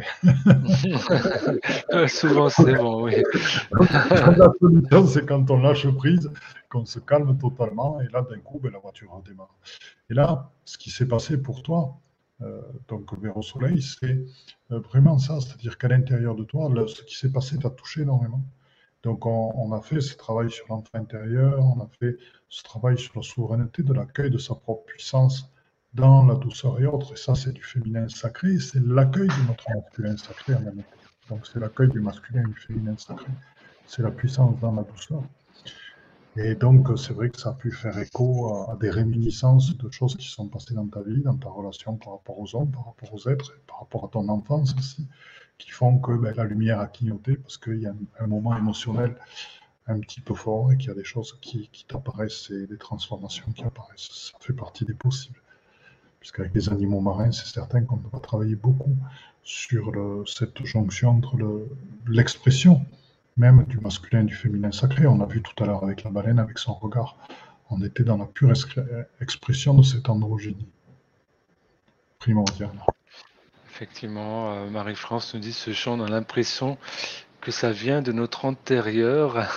Souvent c'est bon, oui. La solution, c'est quand on lâche prise, qu'on se calme totalement, et là, d'un coup, ben, la voiture redémarre. Et là, ce qui s'est passé pour toi, euh, donc vers au soleil, c'est euh, vraiment ça, c'est-à-dire qu'à l'intérieur de toi, le, ce qui s'est passé t'a touché énormément. Donc, on, on, a fait ce travail sur l'enfant intérieur, on a fait ce travail sur la souveraineté, de l'accueil de sa propre puissance dans la douceur et autres. Et ça, c'est du féminin sacré, c'est l'accueil de notre masculin sacré en même temps. Donc, c'est l'accueil du masculin et du féminin sacré. C'est la puissance dans la douceur. Et donc, c'est vrai que ça a pu faire écho à, à des réminiscences de choses qui sont passées dans ta vie, dans ta relation par rapport aux hommes, par rapport aux êtres, et par rapport à ton enfance aussi, qui font que ben, la lumière a clignoté parce qu'il y a un, un moment émotionnel un petit peu fort et qu'il y a des choses qui, qui t'apparaissent et des transformations qui apparaissent. Ça fait partie des possibles. Puisqu'avec les animaux marins, c'est certain qu'on va travailler beaucoup sur le, cette jonction entre l'expression même du masculin et du féminin sacré. On l'a vu tout à l'heure avec la baleine, avec son regard. On était dans la pure expression de cette androgynie primordiale. Effectivement, euh, Marie-France nous dit ce chant, on a l'impression que ça vient de notre antérieur.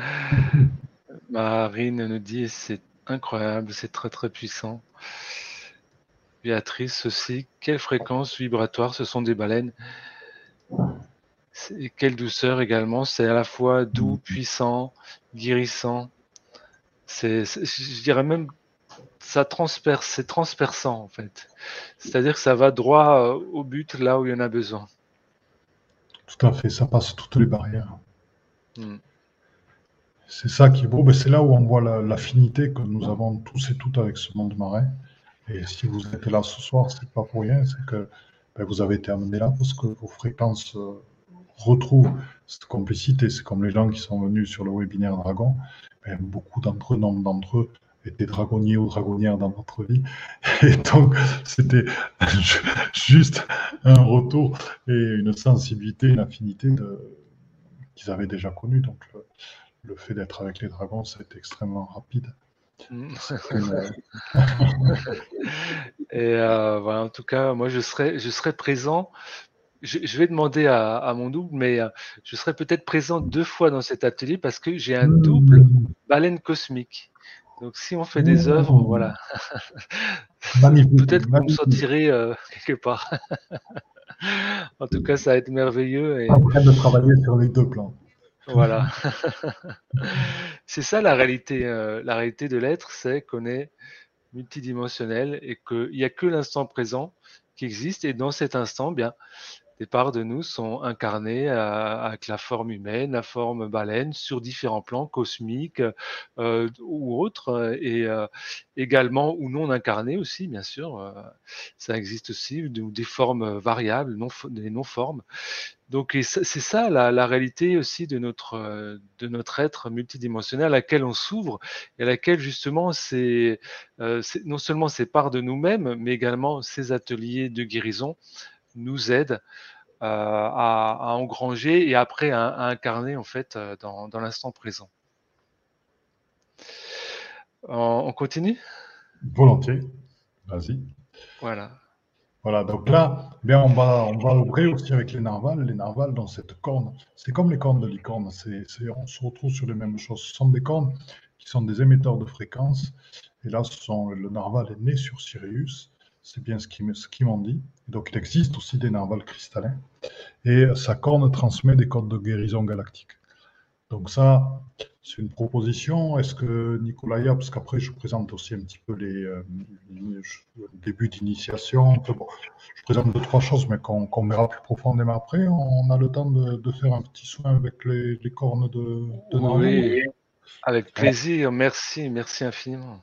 Marine nous dit c'est incroyable, c'est très très puissant. Béatrice aussi, quelle fréquence vibratoire, ce sont des baleines. Et quelle douceur également, c'est à la fois doux, puissant, guérissant. C'est, je dirais même, ça transperce, c'est transperçant en fait. C'est-à-dire que ça va droit au but là où il y en a besoin. Tout à fait, ça passe toutes les barrières. Mm. C'est ça qui est beau, c'est là où on voit l'affinité que nous avons tous et toutes avec ce monde marin. Et si vous êtes là ce soir, c'est pas pour rien, c'est que ben, vous avez été amené là parce que vos fréquences euh, retrouvent cette complicité. C'est comme les gens qui sont venus sur le webinaire Dragon. Ben, beaucoup d'entre eux, nombre d'entre eux, étaient dragonniers ou dragonnières dans notre vie. Et donc, c'était juste un retour et une sensibilité, une affinité qu'ils avaient déjà connue. Donc, le, le fait d'être avec les dragons, ça a été extrêmement rapide. Et euh, voilà, en tout cas, moi, je serai, je serai présent. Je, je vais demander à, à mon double, mais euh, je serai peut-être présent deux fois dans cet atelier parce que j'ai un double baleine cosmique. Donc, si on fait des œuvres, voilà. Peut-être que vous me sentirez euh, quelque part. En tout cas, ça va être merveilleux. Et... En train de travailler sur les deux plans. Voilà. C'est ça la réalité. Euh, la réalité de l'être, c'est qu'on est multidimensionnel et qu'il n'y a que l'instant présent qui existe. Et dans cet instant, bien, des parts de nous sont incarnées euh, avec la forme humaine, la forme baleine, sur différents plans cosmiques euh, ou autres, et euh, également ou non incarnées aussi, bien sûr. Euh, ça existe aussi, ou des formes variables, non, des non-formes. Donc c'est ça la, la réalité aussi de notre, euh, de notre être multidimensionnel à laquelle on s'ouvre et à laquelle justement c'est euh, non seulement ces parts de nous-mêmes, mais également ces ateliers de guérison nous aident euh, à, à engranger et après à, à incarner en fait euh, dans, dans l'instant présent. On, on continue ? Volontiers. Vas-y. Voilà. Voilà, donc là, bien, on va, on va ouvrir aussi avec les narvals. Les narvals dans cette corne, c'est comme les cornes de licorne, c'est, c'est, on se retrouve sur les mêmes choses. Ce sont des cornes qui sont des émetteurs de fréquences. Et là, ce sont, le narval est né sur Sirius, c'est bien ce qu'ils ce qu'ils m'ont dit. Donc il existe aussi des narvals cristallins. Et sa corne transmet des codes de guérison galactique. Donc ça, c'est une proposition. Est-ce que Nicolaya, parce qu'après je présente aussi un petit peu les, euh, les débuts d'initiation, bon, je présente deux, trois choses, mais qu'on qu'on verra plus profondément après. On a le temps de, de faire un petit soin avec les, les cornes de, de narval. Oui, avec plaisir. Merci, merci infiniment.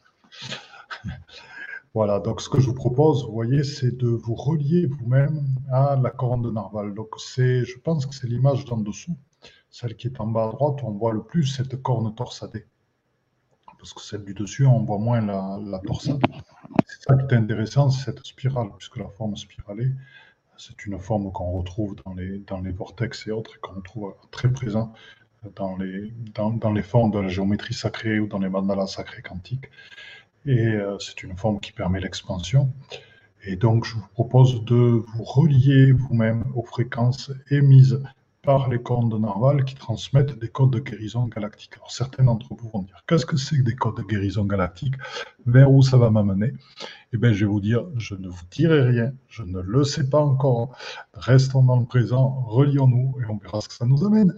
Voilà, donc ce que je vous propose, vous voyez, c'est de vous relier vous-même à la corne de narval. Donc c'est, je pense que c'est l'image d'en dessous. Celle qui est en bas à droite, on voit le plus cette corne torsadée. Parce que celle du dessus, on voit moins la, la torsade. C'est ça qui est intéressant, c'est cette spirale, puisque la forme spiralée, c'est une forme qu'on retrouve dans les, dans les vortex et autres, et qu'on trouve très présent dans les, dans, dans les formes de la géométrie sacrée ou dans les mandalas sacrés quantiques. Et euh, c'est une forme qui permet l'expansion. Et donc, je vous propose de vous relier vous-même aux fréquences émises par les cornes de narval qui transmettent des codes de guérison galactique. Alors certains d'entre vous vont dire, qu'est-ce que c'est que des codes de guérison galactique? Vers où ça va m'amener? Eh bien, je vais vous dire, je ne vous dirai rien, je ne le sais pas encore. Restons dans le présent, relions-nous et on verra ce que ça nous amène.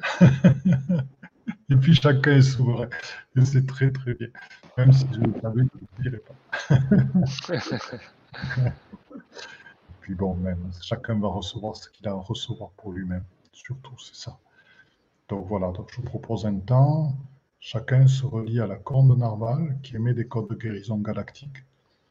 Et puis chacun est souverain. Et c'est très très bien. Même si je le savais, je ne le dirai pas. Puis bon, même, chacun va recevoir ce qu'il a à recevoir pour lui-même. Surtout, c'est ça. Donc voilà, donc je vous propose un temps. Chacun se relie à la corne de narval qui émet des codes de guérison galactique.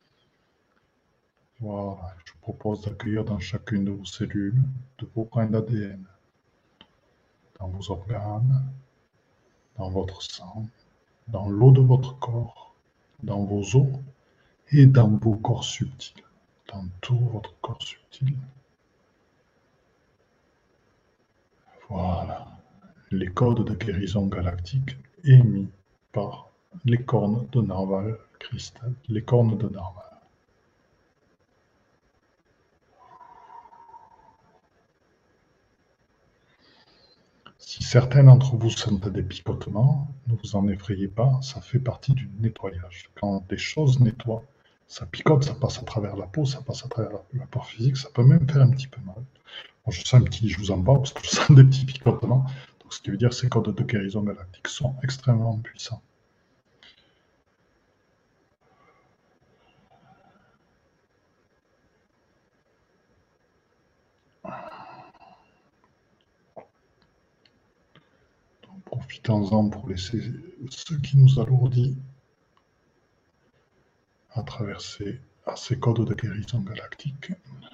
Voilà, je vous propose d'accueillir dans chacune de vos cellules, de vos brins d'A D N, dans vos organes, dans votre sang, dans l'eau de votre corps, dans vos os et dans vos corps subtils, dans tout votre corps subtil. Voilà, les codes de guérison galactique émis par les cornes de narval cristal, les cornes de narval. Si certains d'entre vous sentent des picotements, ne vous en effrayez pas, ça fait partie du nettoyage. Quand des choses nettoient, ça picote, ça passe à travers la peau, ça passe à travers la, la peau physique, ça peut même faire un petit peu mal. Bon, je sens un petit, je vous en parle parce que je sens des petits picotements. Donc, ce qui veut dire que ces codes de guérison galactique sont extrêmement puissants. Profitons-en pour laisser ce qui nous alourdit à traverser à ces codes de guérison galactique.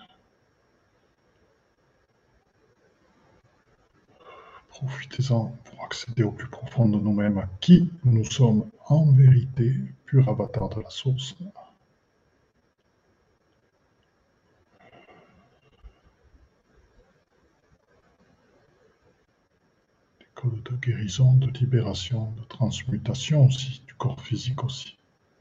Profitez-en pour accéder au plus profond de nous-mêmes, à qui nous sommes en vérité, pur avatar de la source. Des codes de guérison, de libération, de transmutation aussi, du corps physique aussi.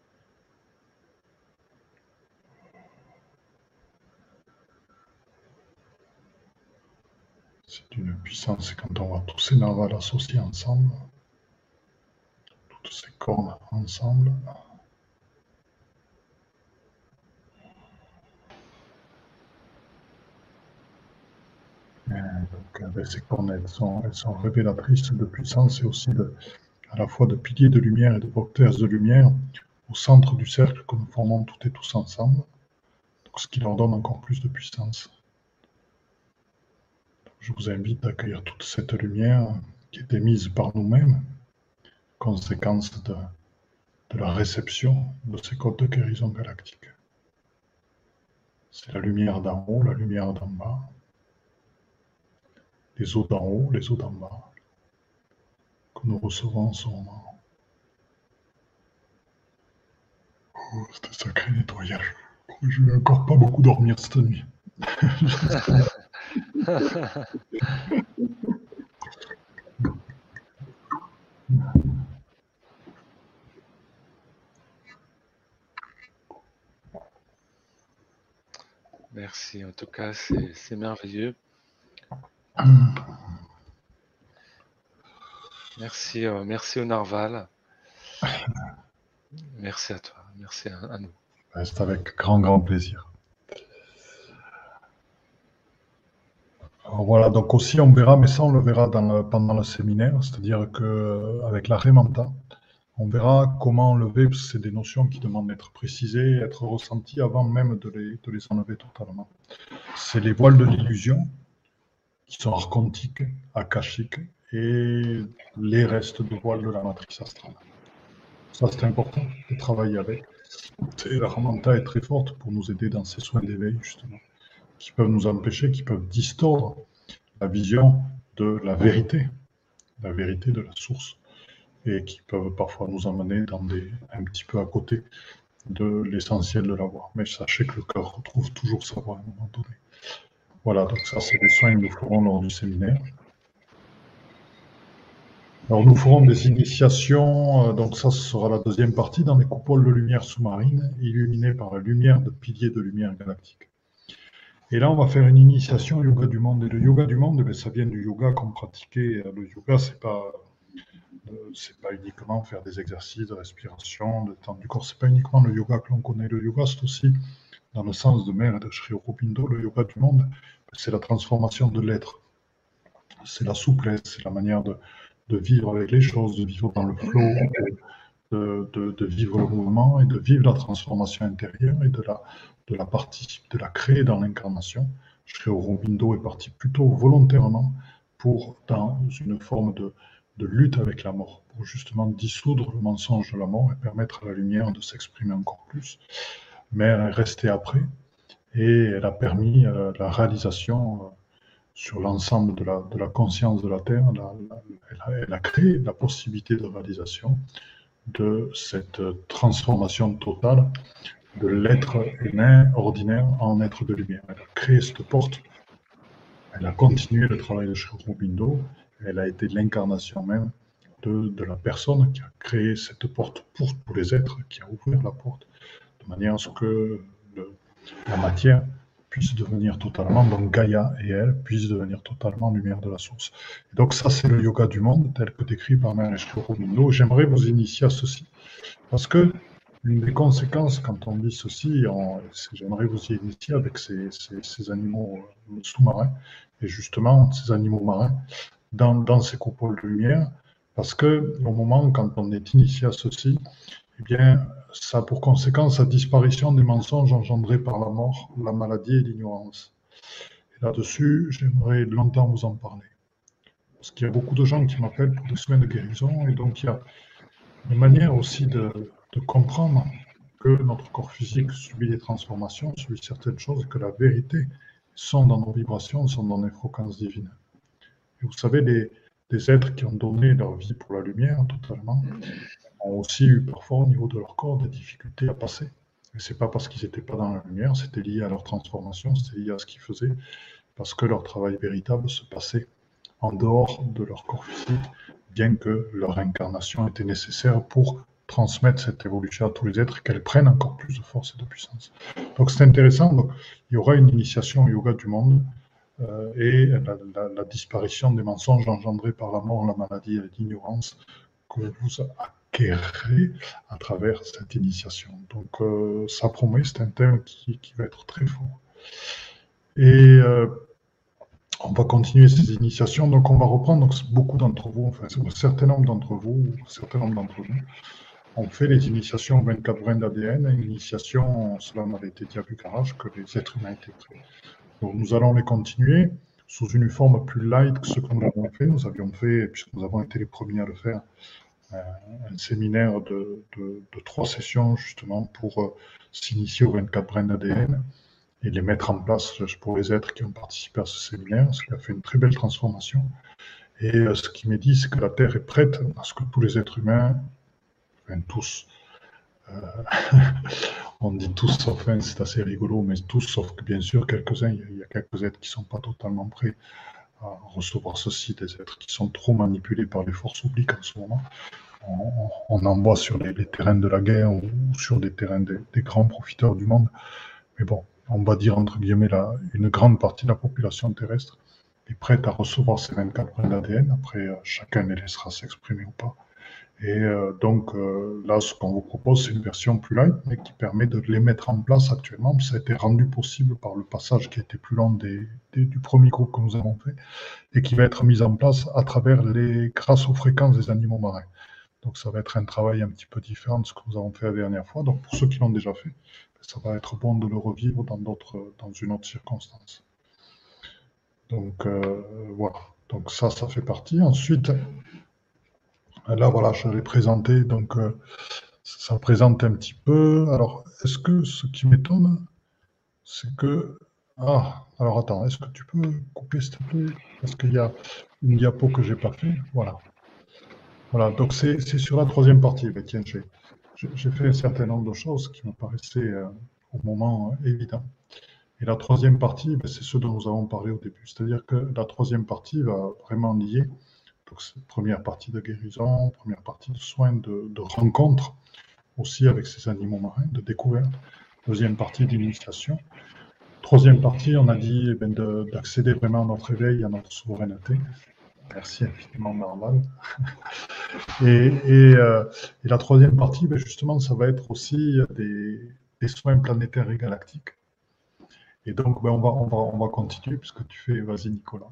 C'est une puissance quand on voit tous ces narvals associés ensemble, toutes ces cornes ensemble. Et donc, ces cornes, elles sont, elles sont révélatrices de puissance et aussi de, à la fois de piliers de lumière et de porteurs de lumière au centre du cercle que nous formons toutes et tous ensemble, donc ce qui leur donne encore plus de puissance. je vous invite à accueillir toute cette lumière qui est émise par nous-mêmes, conséquence de, de la réception de ces codes de guérison galactique. C'est la lumière d'en haut, la lumière d'en bas, les eaux d'en haut, les eaux d'en bas, que nous recevons en ce moment. Oh, c'est un sacré nettoyage. Je vais encore pas beaucoup dormir cette nuit. Merci, en tout cas, c'est merveilleux. Merci, euh, merci au Narval. Merci à toi, merci à, à nous. C'est avec grand, grand plaisir. Alors voilà, donc aussi on verra, mais ça on le verra dans le, pendant le séminaire, c'est-à-dire qu'avec la Remanta, on verra comment enlever, parce que c'est des notions qui demandent d'être précisées, être ressenties avant même de les, de les enlever totalement. C'est les voiles de l'illusion, qui sont archontiques, akashiques, et les restes de voiles de la matrice astrale. Ça, c'est important de travailler avec. Et la Remanta est très forte pour nous aider dans ces soins d'éveil, justement, qui peuvent nous empêcher, qui peuvent distordre la vision de la vérité, la vérité de la source, et qui peuvent parfois nous emmener dans des, un petit peu à côté de l'essentiel de la voie. Mais sachez que le cœur retrouve toujours sa voie à un moment donné. Voilà, donc ça, c'est des soins que nous ferons lors du séminaire. Alors, nous ferons des initiations, donc ça, ce sera la deuxième partie, dans les coupoles de lumière sous-marine, illuminées par la lumière de piliers de lumière galactique. Et là, on va faire une initiation au yoga du monde. Et le yoga du monde, eh ça vient du yoga qu'on pratiquait. Le yoga, c'est pas, c'est pas uniquement faire des exercices de respiration, de temps du corps. C'est pas uniquement le yoga que l'on connaît. Le yoga, c'est aussi, dans le sens de mère de Sri Aurobindo, le yoga du monde, c'est la transformation de l'être. C'est la souplesse, c'est la manière de, de vivre avec les choses, de vivre dans le flow, de, de, de vivre le mouvement et de vivre la transformation intérieure et de la, de la participer, de la créer dans l'incarnation. Sri Aurobindo est parti plutôt volontairement pour, dans une forme de, de lutte avec la mort, pour justement dissoudre le mensonge de la mort et permettre à la lumière de s'exprimer encore plus. Mais elle est restée après et elle a permis euh, la réalisation euh, sur l'ensemble de la, de la conscience de la Terre. La, la, elle, a, elle a créé la possibilité de réalisation de cette transformation totale de l'être humain ordinaire en être de lumière. Elle a créé cette porte, elle a continué le travail de Sri Aurobindo, elle a été l'incarnation même de, de la personne qui a créé cette porte pour tous les êtres, qui a ouvert la porte, de manière à ce que le, la matière puisse devenir totalement, donc Gaïa et elle puissent devenir totalement lumière de la source. Et donc ça, c'est le yoga du monde, tel que décrit par Mère Sri Aurobindo. J'aimerais vous initier à ceci, parce que l'une des conséquences, quand on dit ceci, j'aimerais vous y initier avec ces, ces, ces animaux sous-marins, et justement ces animaux marins, dans, dans ces coupoles de lumière, parce que au moment quand on est initié à ceci, eh bien, ça a pour conséquence la disparition des mensonges engendrés par la mort, la maladie et l'ignorance. Et là-dessus, j'aimerais longtemps vous en parler. Parce qu'il y a beaucoup de gens qui m'appellent pour des soins de guérison, et donc il y a une manière aussi de, de comprendre que notre corps physique subit des transformations, subit certaines choses, et que la vérité sont dans nos vibrations, sont dans les fréquences divines. Et vous savez, les, les êtres qui ont donné leur vie pour la lumière totalement, ont aussi eu parfois au niveau de leur corps des difficultés à passer. Et c'est pas parce qu'ils n'étaient pas dans la lumière, c'était lié à leur transformation, c'était lié à ce qu'ils faisaient, parce que leur travail véritable se passait en dehors de leur corps physique, bien que leur incarnation était nécessaire pour transmettre cette évolution à tous les êtres, qu'elles prennent encore plus de force et de puissance. Donc c'est intéressant, donc, il y aura une initiation au yoga du monde, euh, et la, la, la disparition des mensonges engendrés par la mort, la maladie et l'ignorance que vous acquérez à travers cette initiation. Donc euh, ça promet, c'est un thème qui, qui va être très fort. Et euh, on va continuer ces initiations, donc on va reprendre, donc beaucoup d'entre vous, enfin un certain nombre d'entre vous, un certain nombre d'entre nous, on fait les initiations vingt-quatre brins d'A D N, initiation, cela m'avait été dit à Bucarach, que les êtres humains étaient prêts. Donc nous allons les continuer sous une forme plus light que ce que nous avons fait. Nous avions fait, puisque nous avons été les premiers à le faire, un séminaire de, de, de trois sessions justement pour euh, s'initier aux vingt-quatre brins d'A D N et les mettre en place pour les êtres qui ont participé à ce séminaire, ce qui a fait une très belle transformation. Et euh, ce qui m'est dit, c'est que la Terre est prête à ce que tous les êtres humains, enfin tous, euh, on dit tous sauf un, c'est assez rigolo, mais tous sauf que bien sûr quelques-uns, il y a quelques êtres qui ne sont pas totalement prêts à recevoir ceci, des êtres qui sont trop manipulés par les forces obliques en ce moment. On, on en voit sur les, les terrains de la guerre ou sur des terrains des, des grands profiteurs du monde. Mais bon, on va dire entre guillemets la, une grande partie de la population terrestre est prête à recevoir ces vingt-quatre brins d'A D N. Après, euh, chacun les laissera s'exprimer ou pas. Et euh, donc euh, là, ce qu'on vous propose, c'est une version plus light, mais qui permet de les mettre en place actuellement. Ça a été rendu possible par le passage qui était plus lent des, des, du premier groupe que nous avons fait, et qui va être mis en place à travers les, grâce aux fréquences des animaux marins. Donc ça va être un travail un petit peu différent de ce que nous avons fait la dernière fois. Donc pour ceux qui l'ont déjà fait, ça va être bon de le revivre dans, d'autres, dans une autre circonstance. Donc euh, voilà, donc ça, ça fait partie. Ensuite, là voilà, je l'ai présenté, donc euh, ça présente un petit peu. Alors, est-ce que ce qui m'étonne, c'est que... Ah, alors attends, est-ce que tu peux couper s'il te plaît? Parce qu'il y a une diapo que j'ai pas fait, voilà. Voilà, donc c'est sur la troisième partie. Ben, tiens, j'ai fait un certain nombre de choses qui me paraissaient euh, au moment euh, évident. Et la troisième partie, ben, c'est ce dont nous avons parlé au début. C'est-à-dire que la troisième partie va vraiment lier, donc c'est première partie de guérison, première partie de soins, de, de rencontre, aussi avec ces animaux marins, de découverte. Deuxième partie d'initiation. Troisième partie, on a dit eh ben, d'accéder vraiment à notre éveil, à notre souveraineté. Merci infiniment, Normal. Et, et, euh, et la troisième partie, ben justement, ça va être aussi des, des soins planétaires et galactiques. Et donc, ben on, va, on, va, on va continuer, puisque tu fais, vas-y Nicolas.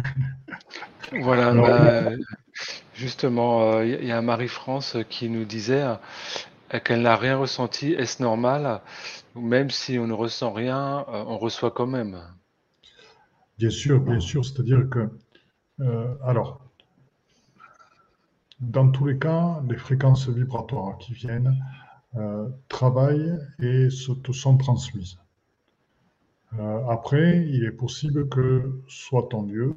Voilà, Alors, bah, justement, il euh, y a Marie-France qui nous disait euh, qu'elle n'a rien ressenti. Est-ce normal? Même si on ne ressent rien, euh, on reçoit quand même. Bien sûr, bien sûr, c'est-à-dire que, euh, alors, dans tous les cas, les fréquences vibratoires qui viennent euh, travaillent et se te sont transmises. Euh, après, il est possible que soit ton lieu,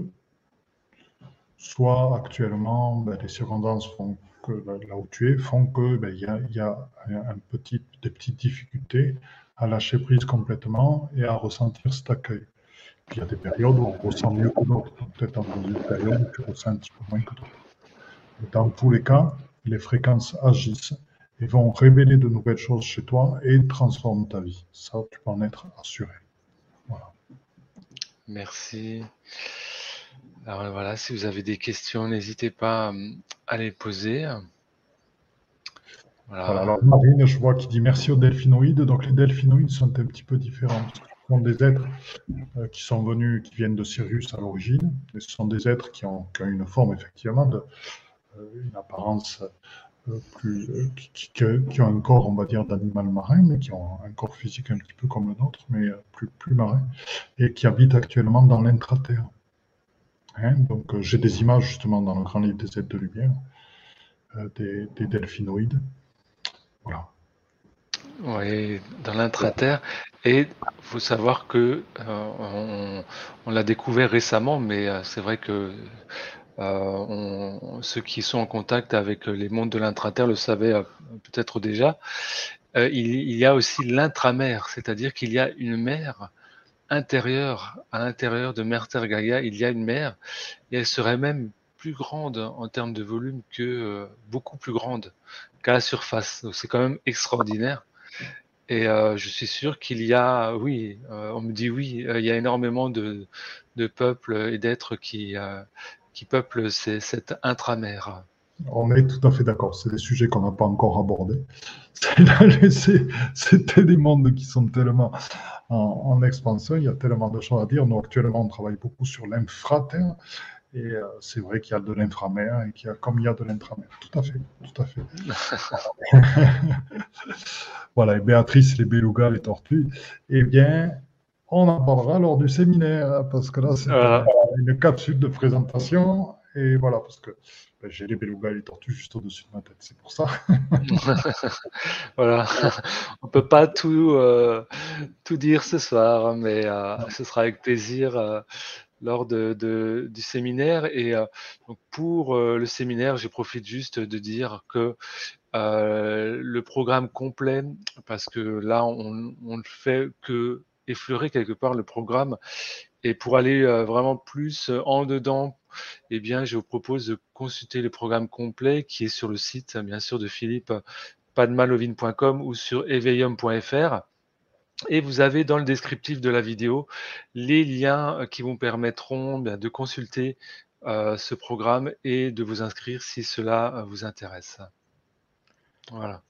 soit actuellement, ben, les circonstances font que là où tu es, font que ben, y a, y a un petit, des petites difficultés à lâcher prise complètement et à ressentir cet accueil. Puis il y a des périodes où on ressent mieux que d'autres. Peut-être dans une période où tu ressens un petit peu moins que d'autres. Dans tous les cas, les fréquences agissent et vont révéler de nouvelles choses chez toi et transforment ta vie. Ça, tu peux en être assuré. Voilà. Merci. Alors voilà, si vous avez des questions, n'hésitez pas à les poser. Voilà. Voilà, alors Marine, je vois qu'il dit merci aux delphinoïdes. Donc les delphinoïdes sont un petit peu différents. Parce que ce sont des êtres euh, qui sont venus, qui viennent de Sirius à l'origine. Et ce sont des êtres qui ont, qui ont une forme, effectivement, de, euh, une apparence euh, plus, euh, qui, qui, qui ont un corps, on va dire, d'animal marin, mais qui ont un corps physique un petit peu comme le nôtre, mais euh, plus, plus marin, et qui habitent actuellement dans l'intraterre. Hein, donc euh, j'ai des images justement dans le grand livre des êtres de lumière, euh, des, des delphinoïdes. Voilà. Oui, dans l'intraterre. Et il faut savoir que euh, on, on l'a découvert récemment, mais euh, c'est vrai que euh, on, ceux qui sont en contact avec les mondes de l'intraterre le savaient euh, peut-être déjà. Euh, il, il y a aussi l'intramer, c'est-à-dire qu'il y a une mer intérieure, à l'intérieur de Mère Terre Gaïa, il y a une mer, et elle serait même plus grande en termes de volume que euh, beaucoup plus grande qu'à la surface. Donc c'est quand même extraordinaire. Et euh, je suis sûr qu'il y a, oui, euh, on me dit oui, euh, il y a énormément de, de peuples et d'êtres qui, euh, qui peuplent ces, cette intramer. On est tout à fait d'accord. C'est des sujets qu'on n'a pas encore abordés. C'était des mondes qui sont tellement en, en expansion. Il y a tellement de choses à dire. Nous, actuellement, on travaille beaucoup sur l'infraterre. Et euh, c'est vrai qu'il y a de l'inframer et qu'il y a comme il y a de l'intramer. Tout à fait, tout à fait. Voilà, et Béatrice, les belugas, les tortues. Eh bien, on en parlera lors du séminaire, parce que là, c'est un- Voilà. une capsule de présentation. Et voilà, parce que ben, j'ai les belugas et les tortues juste au-dessus de ma tête, c'est pour ça. Voilà. On peut pas tout, euh, tout dire ce soir, mais euh, ce sera avec plaisir euh, lors de, de- du séminaire. Et euh, donc pour euh, le séminaire, je profite juste de dire que euh, le programme complet, parce que là, on, on ne fait que effleurer quelque part le programme. Et pour aller euh, vraiment plus euh, en dedans, eh bien, je vous propose de consulter le programme complet qui est sur le site, bien sûr, de Philippe, padmalovine point com ou sur éveillum point f r. Et vous avez dans le descriptif de la vidéo les liens euh, qui vous permettront bien, de consulter euh, ce programme et de vous inscrire si cela euh, vous intéresse. Voilà.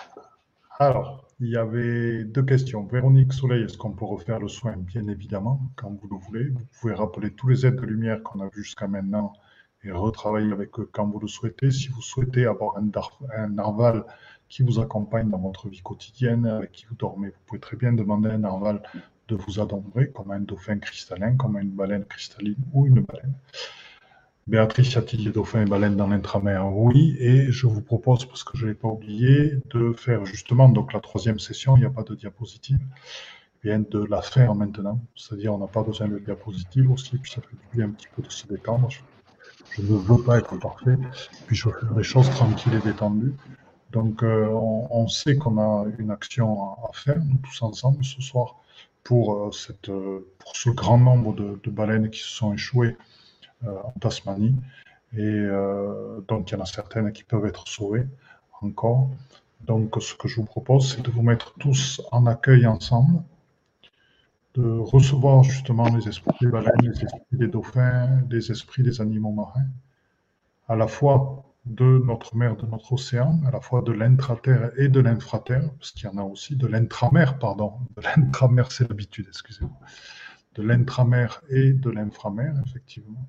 Alors, il y avait deux questions. Véronique Soleil, est-ce qu'on peut refaire le soin? Bien évidemment, quand vous le voulez. Vous pouvez rappeler tous les aides de lumière qu'on a vus jusqu'à maintenant et retravailler avec eux quand vous le souhaitez. Si vous souhaitez avoir un, dar- un narval qui vous accompagne dans votre vie quotidienne, avec qui vous dormez, vous pouvez très bien demander à un narval de vous adombrer, comme un dauphin cristallin, comme une baleine cristalline ou une baleine. Béatrice, y a-t-il des dauphins et baleines dans l'intramer? Oui, et je vous propose, parce que je ne l'ai pas oublié, de faire justement donc la troisième session, il n'y a pas de diapositive, eh bien de la faire maintenant. C'est-à-dire, on n'a pas besoin de diapositive aussi, puis ça fait du bien un petit peu de se détendre. Je, je ne veux pas être parfait, puis je veux faire des choses tranquilles et détendues. Donc, euh, on, on sait qu'on a une action à, à faire, nous tous ensemble, ce soir, pour, euh, cette, euh, pour ce grand nombre de, de baleines qui se sont échouées euh, en Tasmanie. Et euh, donc, il y en a certaines qui peuvent être sauvées encore. Donc, ce que je vous propose, c'est de vous mettre tous en accueil ensemble, de recevoir justement les esprits des baleines, les esprits des dauphins, les esprits des animaux marins, à la fois de notre mer, de notre océan, à la fois de l'intraterre et de l'infraterre, parce qu'il y en a aussi de l'intramer, pardon, de l'intramer, c'est l'habitude, excusez-moi, de l'intramer et de l'inframer, effectivement,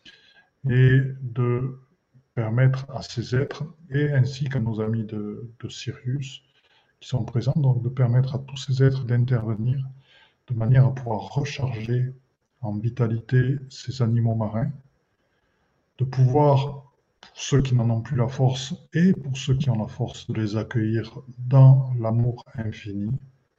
et de permettre à ces êtres, et ainsi qu'à nos amis de, de Sirius qui sont présents, donc de permettre à tous ces êtres d'intervenir de manière à pouvoir recharger en vitalité ces animaux marins, de pouvoir, pour ceux qui n'en ont plus la force et pour ceux qui ont la force, de les accueillir dans l'amour infini,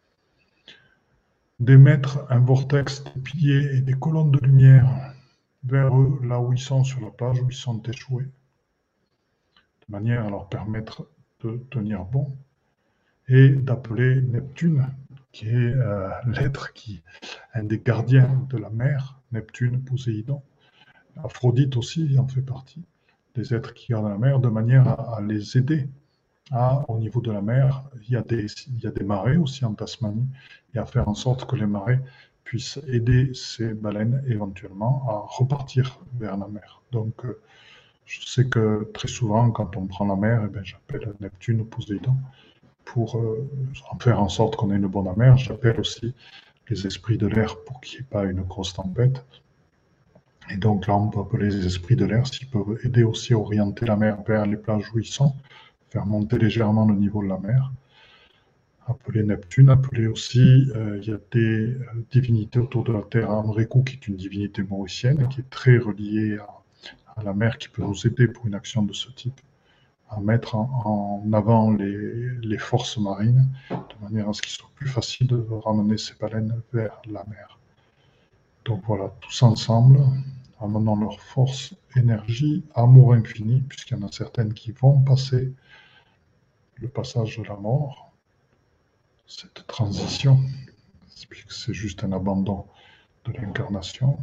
d'émettre un vortex des piliers et des colonnes de lumière vers eux, là où ils sont sur la plage, où ils sont échoués, de manière à leur permettre de tenir bon, et d'appeler Neptune, qui est euh, l'être qui, un des gardiens de la mer, Neptune, Poséidon. Aphrodite aussi en fait partie, des êtres qui gardent la mer, de manière à, à les aider. À, au niveau de la mer, il y, a des, il y a des marées aussi en Tasmanie, et à faire en sorte que les marées puissent aider ces baleines éventuellement à repartir vers la mer. Donc, euh, je sais que très souvent, quand on prend la mer, eh bien, j'appelle Neptune ou Poséidon pour euh, faire en sorte qu'on ait une bonne mer. J'appelle aussi les esprits de l'air pour qu'il n'y ait pas une grosse tempête. Et donc là, on peut appeler les esprits de l'air s'ils peuvent aider aussi à orienter la mer vers les plages où ils sont, faire monter légèrement le niveau de la mer. Appeler Neptune, appeler aussi, euh, il y a des euh, divinités autour de la Terre. Amrekou, qui est une divinité mauricienne, qui est très reliée à, à la mer, qui peut nous aider pour une action de ce type, à mettre en, en avant les, les forces marines, de manière à ce qu'il soit plus facile de ramener ces baleines vers la mer. Donc voilà, tous ensemble, amenant leur force, énergie, amour infini, puisqu'il y en a certaines qui vont passer le passage de la mort, cette transition, puisque c'est juste un abandon de l'incarnation.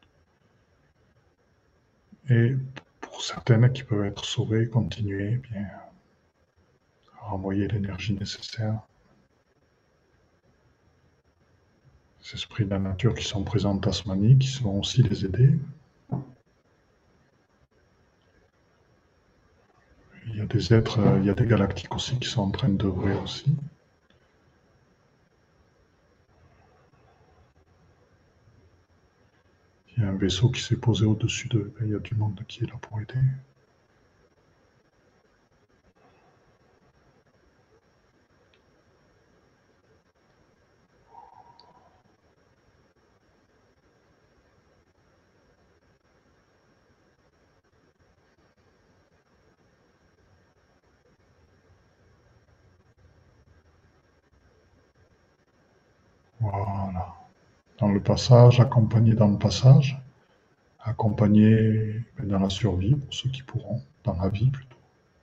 Et pour certaines qui peuvent être sauvées, continuer eh bien, à envoyer l'énergie nécessaire. Ces esprits de la nature qui sont présents en Tasmanie, qui vont aussi les aider. Il y a des êtres, il y a des galactiques aussi qui sont en train d'œuvrer aussi. Il y a un vaisseau qui s'est posé au-dessus d'eux. Il y a du monde qui est là pour aider. Voilà. Dans le passage, accompagner dans le passage, accompagner dans la survie, pour ceux qui pourront, dans la vie plutôt.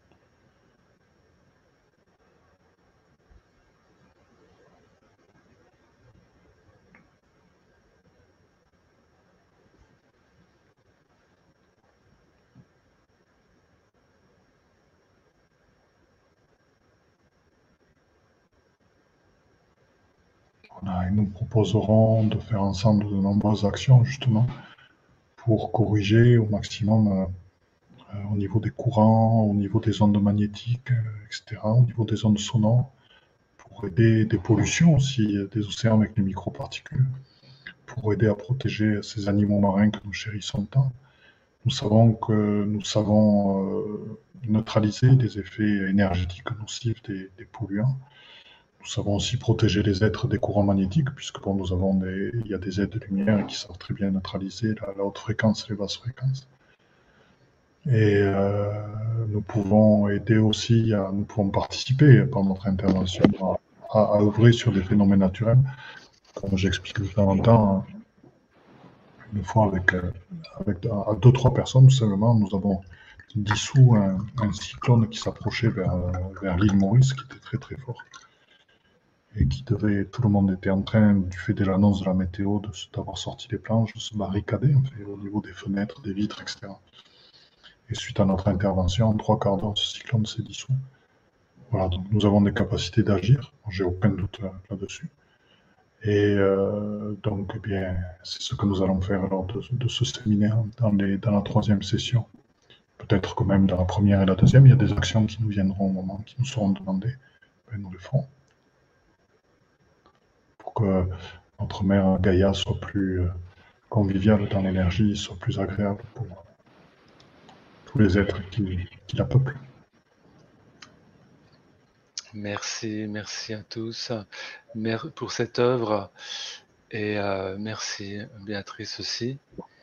Voilà, et nous proposerons de faire ensemble de nombreuses actions, justement, pour corriger au maximum euh, euh, au niveau des courants, au niveau des ondes magnétiques, euh, et cetera, au niveau des ondes sonores, pour aider des pollutions aussi euh, des océans avec les microparticules, pour aider à protéger ces animaux marins que nous chérissons tant. Nous savons que nous savons euh, neutraliser les effets énergétiques nocifs des, des polluants. Nous savons aussi protéger les êtres des courants magnétiques, puisque bon, nous avons des, il y a des aides de lumière qui savent très bien neutraliser la, la haute fréquence et les basses fréquences. Et euh, nous pouvons aider aussi, à, nous pouvons participer par notre intervention à, à, à œuvrer sur des phénomènes naturels, comme j'explique de temps en temps. Une fois avec, euh, avec à deux, trois personnes, tout simplement, nous avons dissous un, un cyclone qui s'approchait vers, vers l'île Maurice, qui était très très fort. Et qui devait, tout le monde était en train, du fait de l'annonce de la météo, d'avoir sorti les planches, de se barricader en fait, au niveau des fenêtres, des vitres, et cetera. Et suite à notre intervention, en trois quarts d'heure, ce cyclone s'est dissous. Voilà, donc nous avons des capacités d'agir, j'ai aucun doute là-dessus. Et euh, donc, eh bien, c'est ce que nous allons faire lors de, de ce séminaire dans, les, dans la troisième session. Peut-être que même dans la première et la deuxième, il y a des actions qui nous viendront au moment, qui nous seront demandées. Ben, nous le ferons. Pour que notre mère Gaïa soit plus conviviale dans l'énergie, soit plus agréable pour tous les êtres qui, qui la peuplent. Merci, merci à tous pour cette œuvre et euh, merci Béatrice aussi.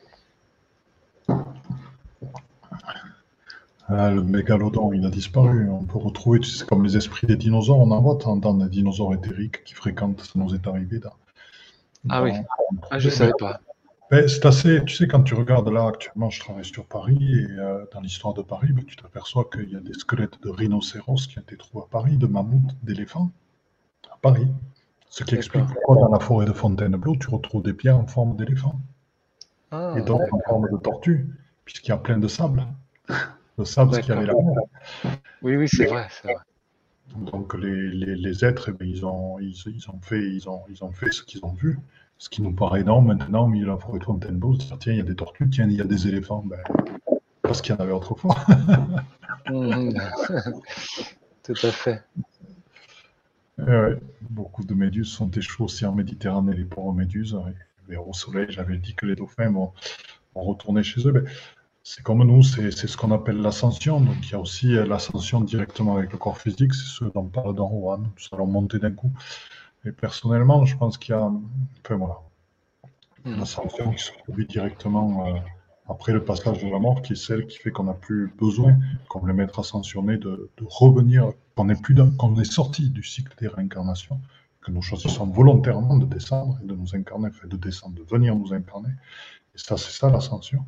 Ah, le mégalodon, il a disparu. On peut retrouver, tu sais, comme les esprits des dinosaures, on en voit tant des dinosaures éthériques qui fréquentent, ça nous est arrivé. Dans, ah dans, oui, ah, je ne savais pas. Ben, c'est assez, tu sais, quand tu regardes là, actuellement, je travaille sur Paris, et euh, dans l'histoire de Paris, ben, tu t'aperçois qu'il y a des squelettes de rhinocéros qui ont été trouvés à Paris, de mammouths, d'éléphants, à Paris. Ce qui explique pourquoi dans la forêt de Fontainebleau, tu retrouves des pierres en forme d'éléphant. Ah, et d'autres en forme de tortue, puisqu'il y a plein de sable. Le sable, ce qu'il y avait là-bas. Oui, oui, c'est vrai, c'est vrai. Donc les, les, les êtres, eh bien, ils, ont, ils, ils, ont fait, ils, ont, ils ont fait ce qu'ils ont vu. Ce qui nous paraît énorme maintenant, au milieu de la forêt de Fontainebleau, tiens, il y a des tortues, tiens, il y a des éléphants. Ben, parce qu'il y en avait autrefois. Mmh. Tout à fait. Ouais, beaucoup de méduses sont échouées aussi en Méditerranée, les pauvres méduses. Et, et au soleil, j'avais dit que les dauphins vont, vont retourner chez eux. Ben, c'est comme nous, c'est ce qu'on appelle l'ascension. Donc il y a aussi l'ascension directement avec le corps physique, c'est ce dont parle Don Juan. Nous allons monter d'un coup. Et personnellement, je pense qu'il y a, enfin voilà, mmh. l'ascension qui se produit directement euh, après le passage de la mort, qui est celle qui fait qu'on n'a plus besoin, comme le maître ascensionné, de, de revenir, qu'on est, plus qu'on est sorti du cycle des réincarnations, que nous choisissons volontairement de descendre et de nous incarner, enfin de descendre, de venir nous incarner. Et ça, c'est ça l'ascension.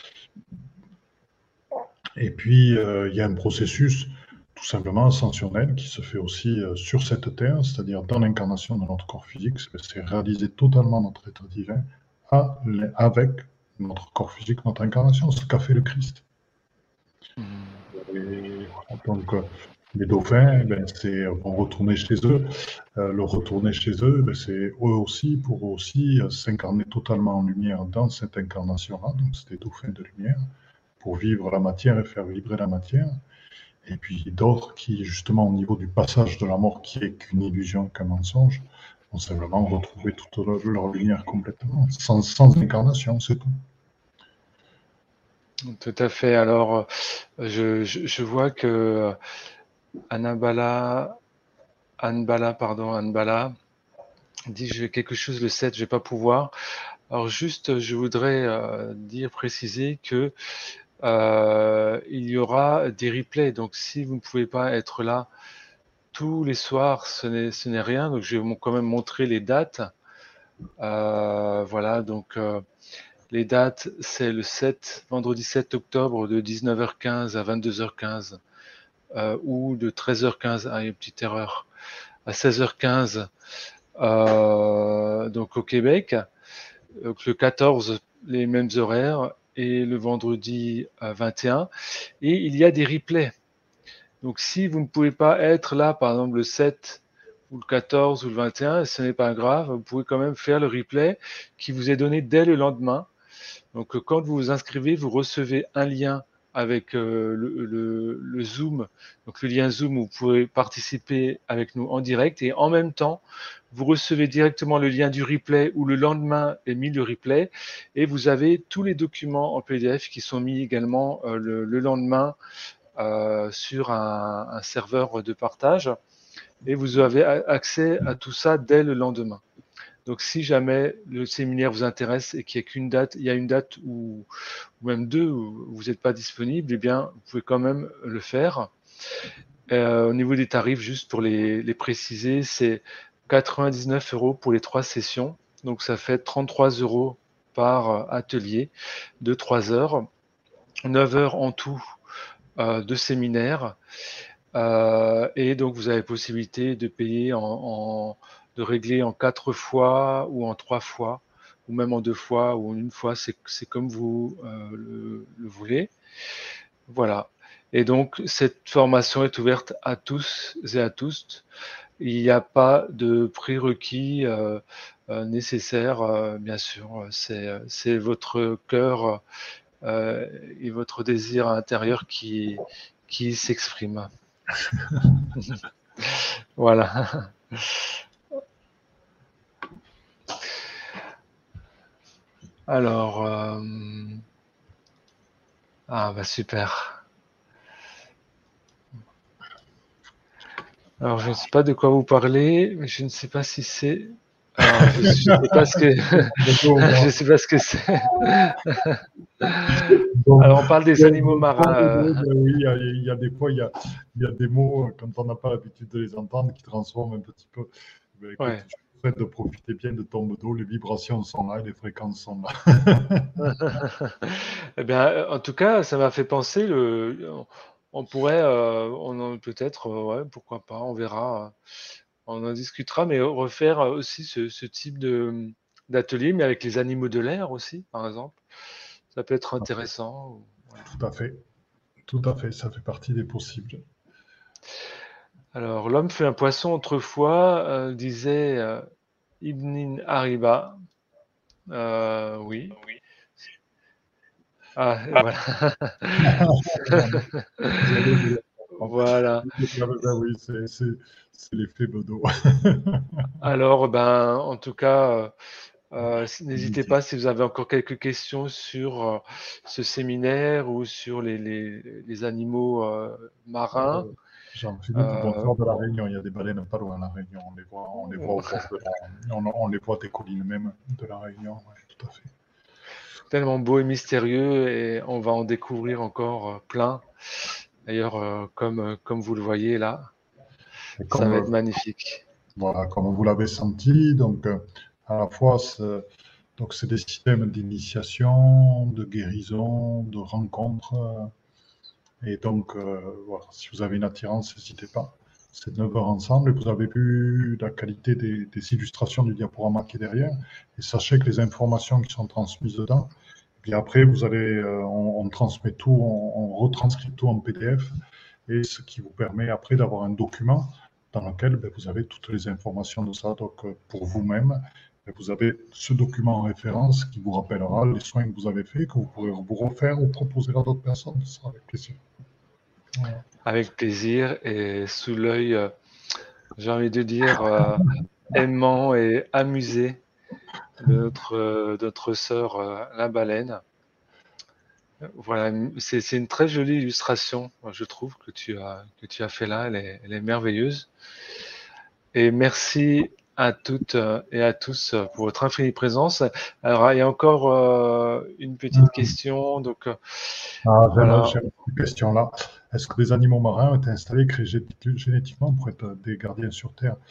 Et puis, euh, il y a un processus tout simplement ascensionnel qui se fait aussi euh, sur cette terre, c'est-à-dire dans l'incarnation de notre corps physique, c'est réaliser totalement notre être divin à, avec notre corps physique, notre incarnation, ce qu'a fait le Christ. Mmh. Et voilà, donc, euh, les dauphins, ben, c'est vont retourner chez eux. Euh, le retourner chez eux, ben, c'est eux aussi pour aussi euh, s'incarner totalement en lumière dans cette incarnation-là. Donc, c'est des dauphins de lumière pour vivre la matière et faire vibrer la matière. Et puis d'autres qui, justement, au niveau du passage de la mort, qui est qu'une illusion, qu'un mensonge, vont simplement retrouver toute leur, leur lumière complètement, sans, sans incarnation, c'est tout. Tout à fait. Alors, je, je, je vois que Annabala, Anbala, pardon, Anbala dit j'ai quelque chose le sept, je vais pas pouvoir. Alors juste, je voudrais euh, dire, préciser que euh, il y aura des replays. Donc si vous ne pouvez pas être là tous les soirs, ce n'est ce n'est rien. Donc je vais quand même montrer les dates Euh, voilà, donc euh, les dates, c'est le sept, vendredi sept octobre de dix-neuf heures quinze à vingt-deux heures quinze, euh, ou de treize heures quinze, ah, il y a une petite erreur, à seize heures quinze, euh, donc au Québec. Donc le quatorze, les mêmes horaires, et le vendredi euh, vingt et un. Et il y a des replays. Donc si vous ne pouvez pas être là, par exemple le sept ou le quatorze ou le vingt et un, ce n'est pas grave, vous pouvez quand même faire le replay qui vous est donné dès le lendemain. Donc quand vous vous inscrivez, vous recevez un lien avec euh, le, le, le Zoom, donc le lien Zoom où vous pouvez participer avec nous en direct, et en même temps, vous recevez directement le lien du replay où le lendemain est mis le replay, et vous avez tous les documents en P D F qui sont mis également euh, le, le lendemain euh, sur un, un serveur de partage, et vous avez accès à tout ça dès le lendemain. Donc, si jamais le séminaire vous intéresse et qu'il n'y a qu'une date, il y a une date ou, ou même deux où vous n'êtes pas disponible, eh bien, vous pouvez quand même le faire. Euh, au niveau des tarifs, juste pour les, les préciser, c'est quatre-vingt-dix-neuf euros pour les trois sessions. Donc, ça fait trente-trois euros par atelier de trois heures, neuf heures en tout euh, de séminaire. Euh, et donc, vous avez possibilité de payer en, en de régler en quatre fois ou en trois fois, ou même en deux fois ou en une fois, c'est comme vous euh, le, le voulez. Voilà. Et donc, cette formation est ouverte à tous et à tous. Il n'y a pas de prérequis euh, euh, nécessaire, euh, bien sûr. C'est votre cœur euh, et votre désir intérieur qui, qui s'exprime. Voilà. Alors, euh... ah bah super. Alors, je ne sais pas de quoi vous parlez, mais je ne sais pas si c'est. Alors, je ne sais pas ce que. je ne sais pas ce que c'est. Alors, on parle des animaux marins. Euh... Oui, il y, a, il y a des fois, il y a, il y a des mots, quand on n'a pas l'habitude de les entendre, qui transforment un petit peu. Mais écoute, ouais. Je souhaite de profiter bien de ton dos. Les vibrations sont là et les fréquences sont là. Eh bien, en tout cas, ça m'a fait penser. Le... On pourrait, euh, on peut-être, euh, ouais, pourquoi pas, on verra. On en discutera, mais refaire aussi ce, ce type de d'atelier, mais avec les animaux de l'air aussi, par exemple. Ça peut être intéressant. Voilà. Tout à fait. Tout à fait, ça fait partie des possibles. Alors, l'homme fait un poisson autrefois, euh, disait euh, Ibn Ariba. Euh, oui. oui. Ah, voilà. Voilà. Oui, c'est l'effet Bodo. Alors, ben, en tout cas, euh, n'hésitez pas si vous avez encore quelques questions sur euh, ce séminaire ou sur les, les, les animaux euh, marins. Jean-Philippe, euh, bonsoir de la Réunion. Il y a des baleines pas loin de la Réunion. On les voit, on les voit, au bord de la, on, on les voit des collines même de la Réunion. Ouais, tout à fait. Tellement beau et mystérieux, et on va en découvrir encore euh, plein. D'ailleurs, euh, comme, euh, comme vous le voyez là, comme, ça va être magnifique. Voilà, comme vous l'avez senti, donc euh, à la fois, donc c'est des systèmes d'initiation, de guérison, de rencontre. Euh, et donc, euh, voilà, si vous avez une attirance, n'hésitez pas. C'est neuf heures ensemble et vous avez vu la qualité des, des illustrations du diaporama qui est derrière. Et sachez que les informations qui sont transmises dedans, puis après, vous allez, euh, on, on transmet tout, on, on retranscrit tout en P D F, et ce qui vous permet après d'avoir un document dans lequel ben, vous avez toutes les informations de ça. Donc, euh, pour vous-même, ben, vous avez ce document en référence qui vous rappellera les soins que vous avez faits, que vous pourrez vous refaire ou proposer à d'autres personnes. Ce sera avec plaisir. Voilà. Avec plaisir et sous l'œil, euh, j'ai envie de dire, euh, aimant et amusé de notre, euh, notre sœur, euh, la baleine. Voilà, c'est une très jolie illustration, je trouve, que tu as, que tu as fait là. Elle est, elle est merveilleuse. Et merci à toutes et à tous pour votre infinie présence. Alors, il y a encore euh, une petite question. Donc, ah, voilà. J'ai une question là. Est-ce que les animaux marins ont été installés, créés génétiquement pour être des gardiens sur Terre?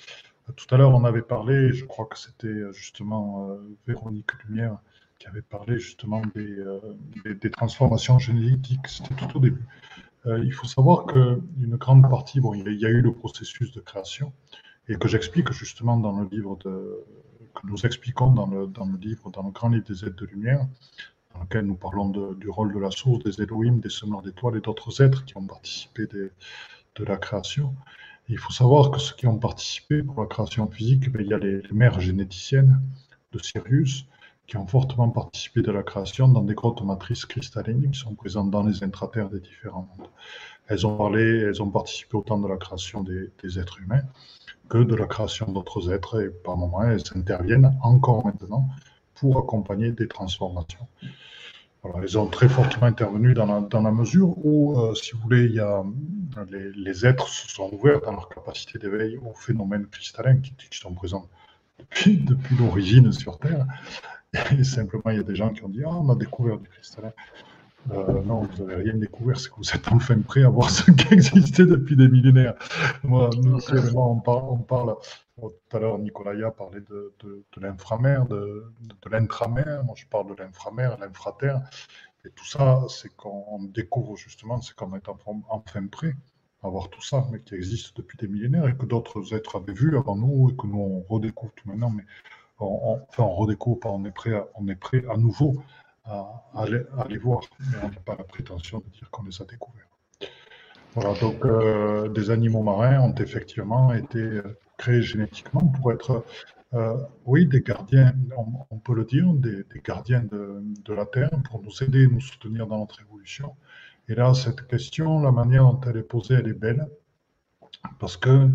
Tout à l'heure, on avait parlé, je crois que c'était justement euh, Véronique Lumière qui avait parlé justement des, euh, des, des transformations génétiques, c'était tout au début. Euh, il faut savoir qu'une grande partie, bon, il y a eu le processus de création, et que j'explique justement dans le livre de, que nous expliquons dans le, dans le livre, dans le grand livre des êtres de lumière, dans lequel nous parlons de, du rôle de la source, des Elohim, des semeurs d'étoiles et d'autres êtres qui ont participé des, de la création. Et il faut savoir que ceux qui ont participé pour la création physique, ben, il y a les, les mères généticiennes de Sirius, qui ont fortement participé de la création dans des grottes matrices cristallines qui sont présentes dans les intraterres des différents mondes. Elles ont parlé, elles ont participé autant de la création des, des êtres humains que de la création d'autres êtres, et par moments, elles interviennent encore maintenant pour accompagner des transformations. Voilà, elles ont très fortement intervenu dans la, dans la mesure où, euh, si vous voulez, il y a, les, les êtres se sont ouverts dans leur capacité d'éveil aux phénomènes cristallins qui, qui sont présents depuis, depuis l'origine sur Terre. Et simplement, il y a des gens qui ont dit « Ah, on a découvert du cristallin ». Euh, non, vous n'avez rien découvert, c'est que vous êtes enfin prêt à voir ce qui existait depuis des millénaires. Moi, nous, Cyril et moi, on parle, on parle bon, tout à l'heure, Nicolas parlait de, de, de l'inframère, de, de, de l'intramère, moi je parle de l'inframère, l'infraterre, et tout ça, c'est qu'on découvre justement, c'est qu'on est enfin, enfin prêt à voir tout ça, mais qui existe depuis des millénaires, et que d'autres êtres avaient vu avant nous, et que nous, on redécouvre tout maintenant, mais on, on, enfin, on redécouvre pas, on est prêt à, on est prêt à nouveau à, à, les, à, les, voir, mais on n'a pas la prétention de dire qu'on les a découverts. Voilà, donc euh, des animaux marins ont effectivement été euh, créés génétiquement pour être, euh, oui, des gardiens, on, on, peut le dire, des, des gardiens de, de, la Terre, pour nous aider, nous soutenir dans notre évolution. Et là, cette question, la manière dont elle est posée, elle est belle, parce que,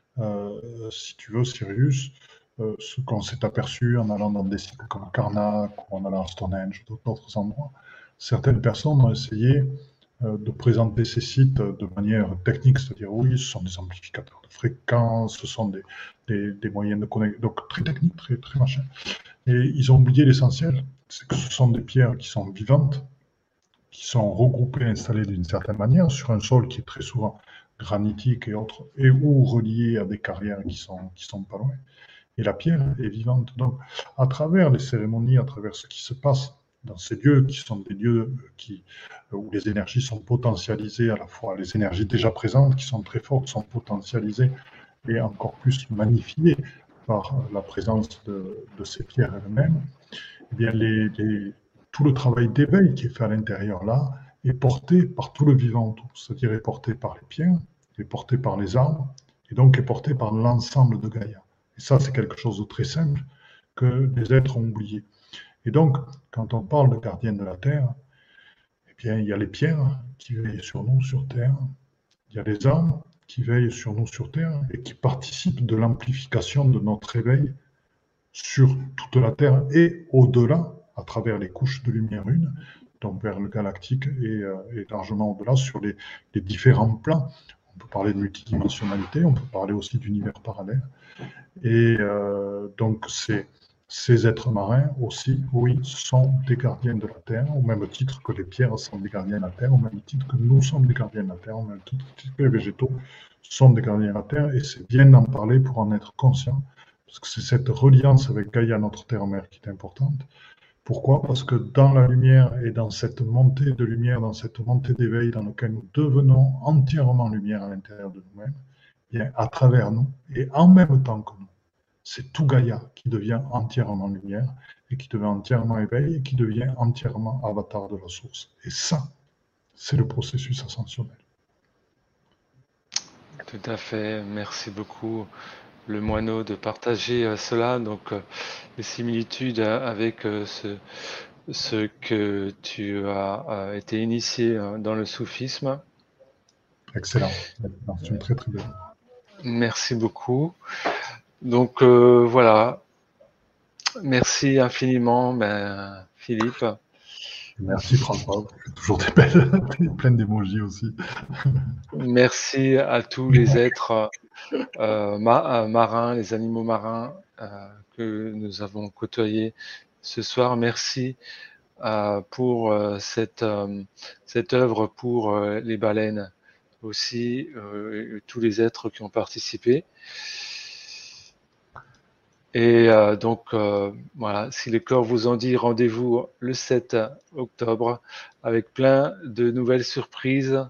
euh, si tu veux, Sirius, Euh, ce qu'on s'est aperçu en allant dans des sites comme Karnak ou en allant à Stonehenge ou d'autres endroits, certaines personnes ont essayé euh, de présenter ces sites de manière technique, c'est-à-dire oui, ce sont des amplificateurs de fréquence, ce sont des, des, des moyens de connexion, donc très technique, très, très machin. Et ils ont oublié l'essentiel, c'est que ce sont des pierres qui sont vivantes, qui sont regroupées, installées d'une certaine manière sur un sol qui est très souvent granitique et autres, et ou relié à des carrières qui sont, qui sont pas loin. Et la pierre est vivante. Donc, à travers les cérémonies, à travers ce qui se passe dans ces lieux qui sont des lieux qui, où les énergies sont potentialisées, à la fois les énergies déjà présentes qui sont très fortes sont potentialisées et encore plus magnifiées par la présence de, de ces pierres elles-mêmes, eh bien les, les, tout le travail d'éveil qui est fait à l'intérieur là est porté par tout le vivant autour, c'est-à-dire est porté par les pierres, est porté par les arbres, et donc est porté par l'ensemble de Gaïa. Et ça, c'est quelque chose de très simple que les êtres ont oublié. Et donc, quand on parle de gardiens de la Terre, eh bien, il y a les pierres qui veillent sur nous sur Terre, il y a les arbres qui veillent sur nous sur Terre et qui participent de l'amplification de notre éveil sur toute la Terre et au-delà, à travers les couches de lumière une, donc vers le galactique et, euh, et largement au-delà sur les, les différents plans. On peut parler de multidimensionnalité, on peut parler aussi d'univers parallèles. Et euh, donc, ces, ces êtres marins aussi, oui, sont des gardiens de la Terre, au même titre que les pierres sont des gardiens de la Terre, au même titre que nous sommes des gardiens de la Terre, au même titre que les végétaux sont des gardiens de la Terre. Et c'est bien d'en parler pour en être conscient, parce que c'est cette reliance avec Gaïa, notre terre-mère, qui est importante. Pourquoi? Parce que dans la lumière et dans cette montée de lumière, dans cette montée d'éveil dans laquelle nous devenons entièrement lumière à l'intérieur de nous-mêmes, bien, à travers nous et en même temps que nous, c'est tout Gaïa qui devient entièrement lumière et qui devient entièrement éveil et qui devient entièrement avatar de la source. Et ça, c'est le processus ascensionnel. Tout à fait, merci beaucoup le moineau de partager euh, cela, donc euh, les similitudes euh, avec euh, ce, ce que tu as euh, été initié euh, dans le soufisme. Excellent, c'est une très très belle. Merci beaucoup. Donc euh, voilà, merci infiniment, ben, Philippe. Merci François, c'est toujours des belles, plein d'émojis aussi. Merci à tous les êtres euh, ma marins, les animaux marins euh, que nous avons côtoyés ce soir. Merci euh, pour euh, cette, euh, cette œuvre pour euh, les baleines aussi, euh, tous les êtres qui ont participé. Et euh, donc, euh, voilà, si les corps vous ont dit, rendez-vous le sept octobre avec plein de nouvelles surprises.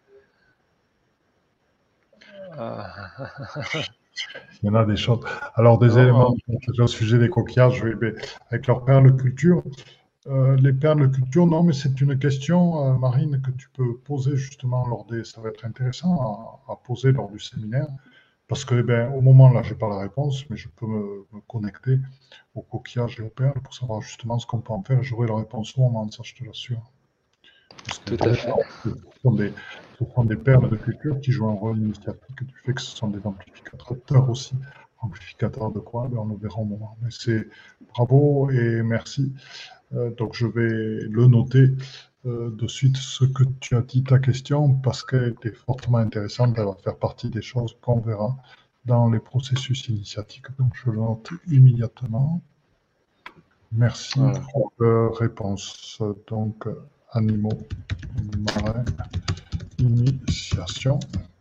Euh, Il y en a des choses. Alors, des oh, éléments au sujet des coquillages, oui, mais avec leur perles de culture. Euh, les perles de culture, non, mais c'est une question, euh, Marine, que tu peux poser justement lors des. Ça va être intéressant à, à poser lors du séminaire. Parce que, eh ben, au moment là, j'ai pas la réponse, mais je peux me, me connecter aux coquillages et aux perles pour savoir justement ce qu'on peut en faire. J'aurai la réponse au moment, ça, je te l'assure. C'est tout à fait. intéressant. Ce sont des, ce sont des perles de culture qui jouent un rôle initiatique du fait que ce sont des amplificateurs aussi. Amplificateurs de quoi? Ben, on le verra au moment. Mais c'est bravo et merci. Euh, donc je vais le noter euh, de suite ce que tu as dit, ta question, parce qu'elle était fortement intéressante. Elle va faire partie des choses qu'on verra dans les processus initiatiques. Donc je le note immédiatement. Merci Voilà. pour la réponse. Donc, animaux marins, initiation.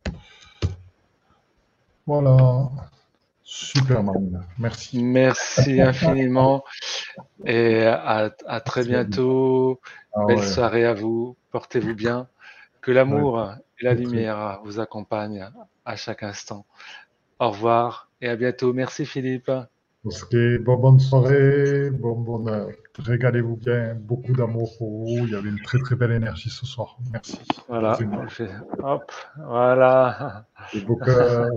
Voilà. Super, Marine. Merci. Merci infiniment et à, à très bientôt. Ah Belle ouais, soirée à vous. Portez-vous bien. Que ouais, l'amour et la très, très. lumière vous accompagnent à chaque instant. Au revoir et à bientôt. Merci Philippe. Ok, bon, bonne soirée. Bon, bon, euh, régalez-vous bien. Beaucoup d'amour pour vous. Il y avait une très, très belle énergie ce soir. Merci. Voilà, Vous aimez. on le fait. Hop, voilà. Et beaucoup, euh,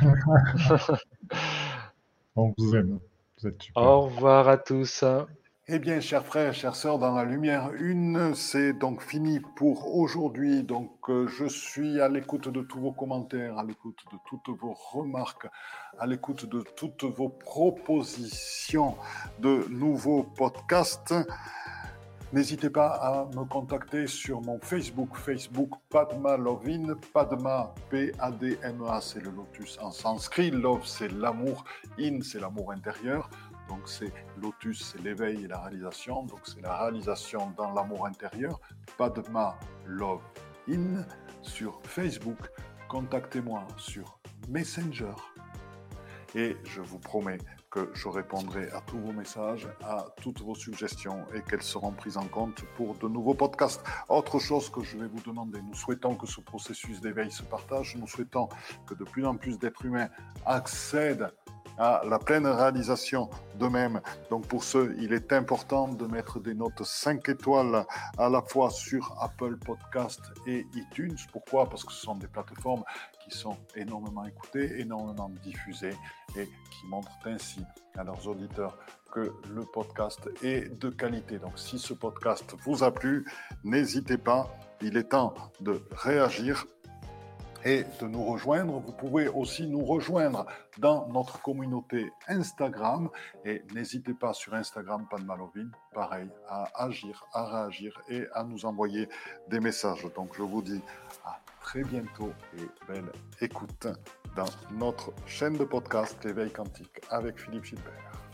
on vous aime. Vous êtes super. Au revoir à tous. Eh bien, chers frères, chères sœurs, dans la lumière une, c'est donc fini pour aujourd'hui. Donc, euh, je suis à l'écoute de tous vos commentaires, à l'écoute de toutes vos remarques, à l'écoute de toutes vos propositions de nouveaux podcasts. N'hésitez pas à me contacter sur mon Facebook, Facebook Padma Lovin, Padma, P A D M E A, c'est le lotus en sanskrit, Love, c'est l'amour, In, c'est l'amour intérieur. Donc c'est lotus, c'est l'éveil et la réalisation. Donc c'est la réalisation dans l'amour intérieur. Padma Love In sur Facebook. Contactez-moi sur Messenger. Et je vous promets que je répondrai à tous vos messages, à toutes vos suggestions et qu'elles seront prises en compte pour de nouveaux podcasts. Autre chose que je vais vous demander, nous souhaitons que ce processus d'éveil se partage, nous souhaitons que de plus en plus d'êtres humains accèdent à la pleine réalisation d'eux-mêmes. Donc pour ce, il est important de mettre des notes cinq étoiles à la fois sur Apple Podcast et iTunes. Pourquoi? Parce que ce sont des plateformes qui sont énormément écoutées, énormément diffusées et qui montrent ainsi à leurs auditeurs que le podcast est de qualité. Donc si ce podcast vous a plu, n'hésitez pas, il est temps de réagir et de nous rejoindre. Vous pouvez aussi nous rejoindre dans notre communauté Instagram et n'hésitez pas sur Instagram Padma Lovin, pareil, à agir, à réagir et à nous envoyer des messages. Donc je vous dis à très bientôt et belle écoute dans notre chaîne de podcast L'éveil quantique avec Philippe Gilbert.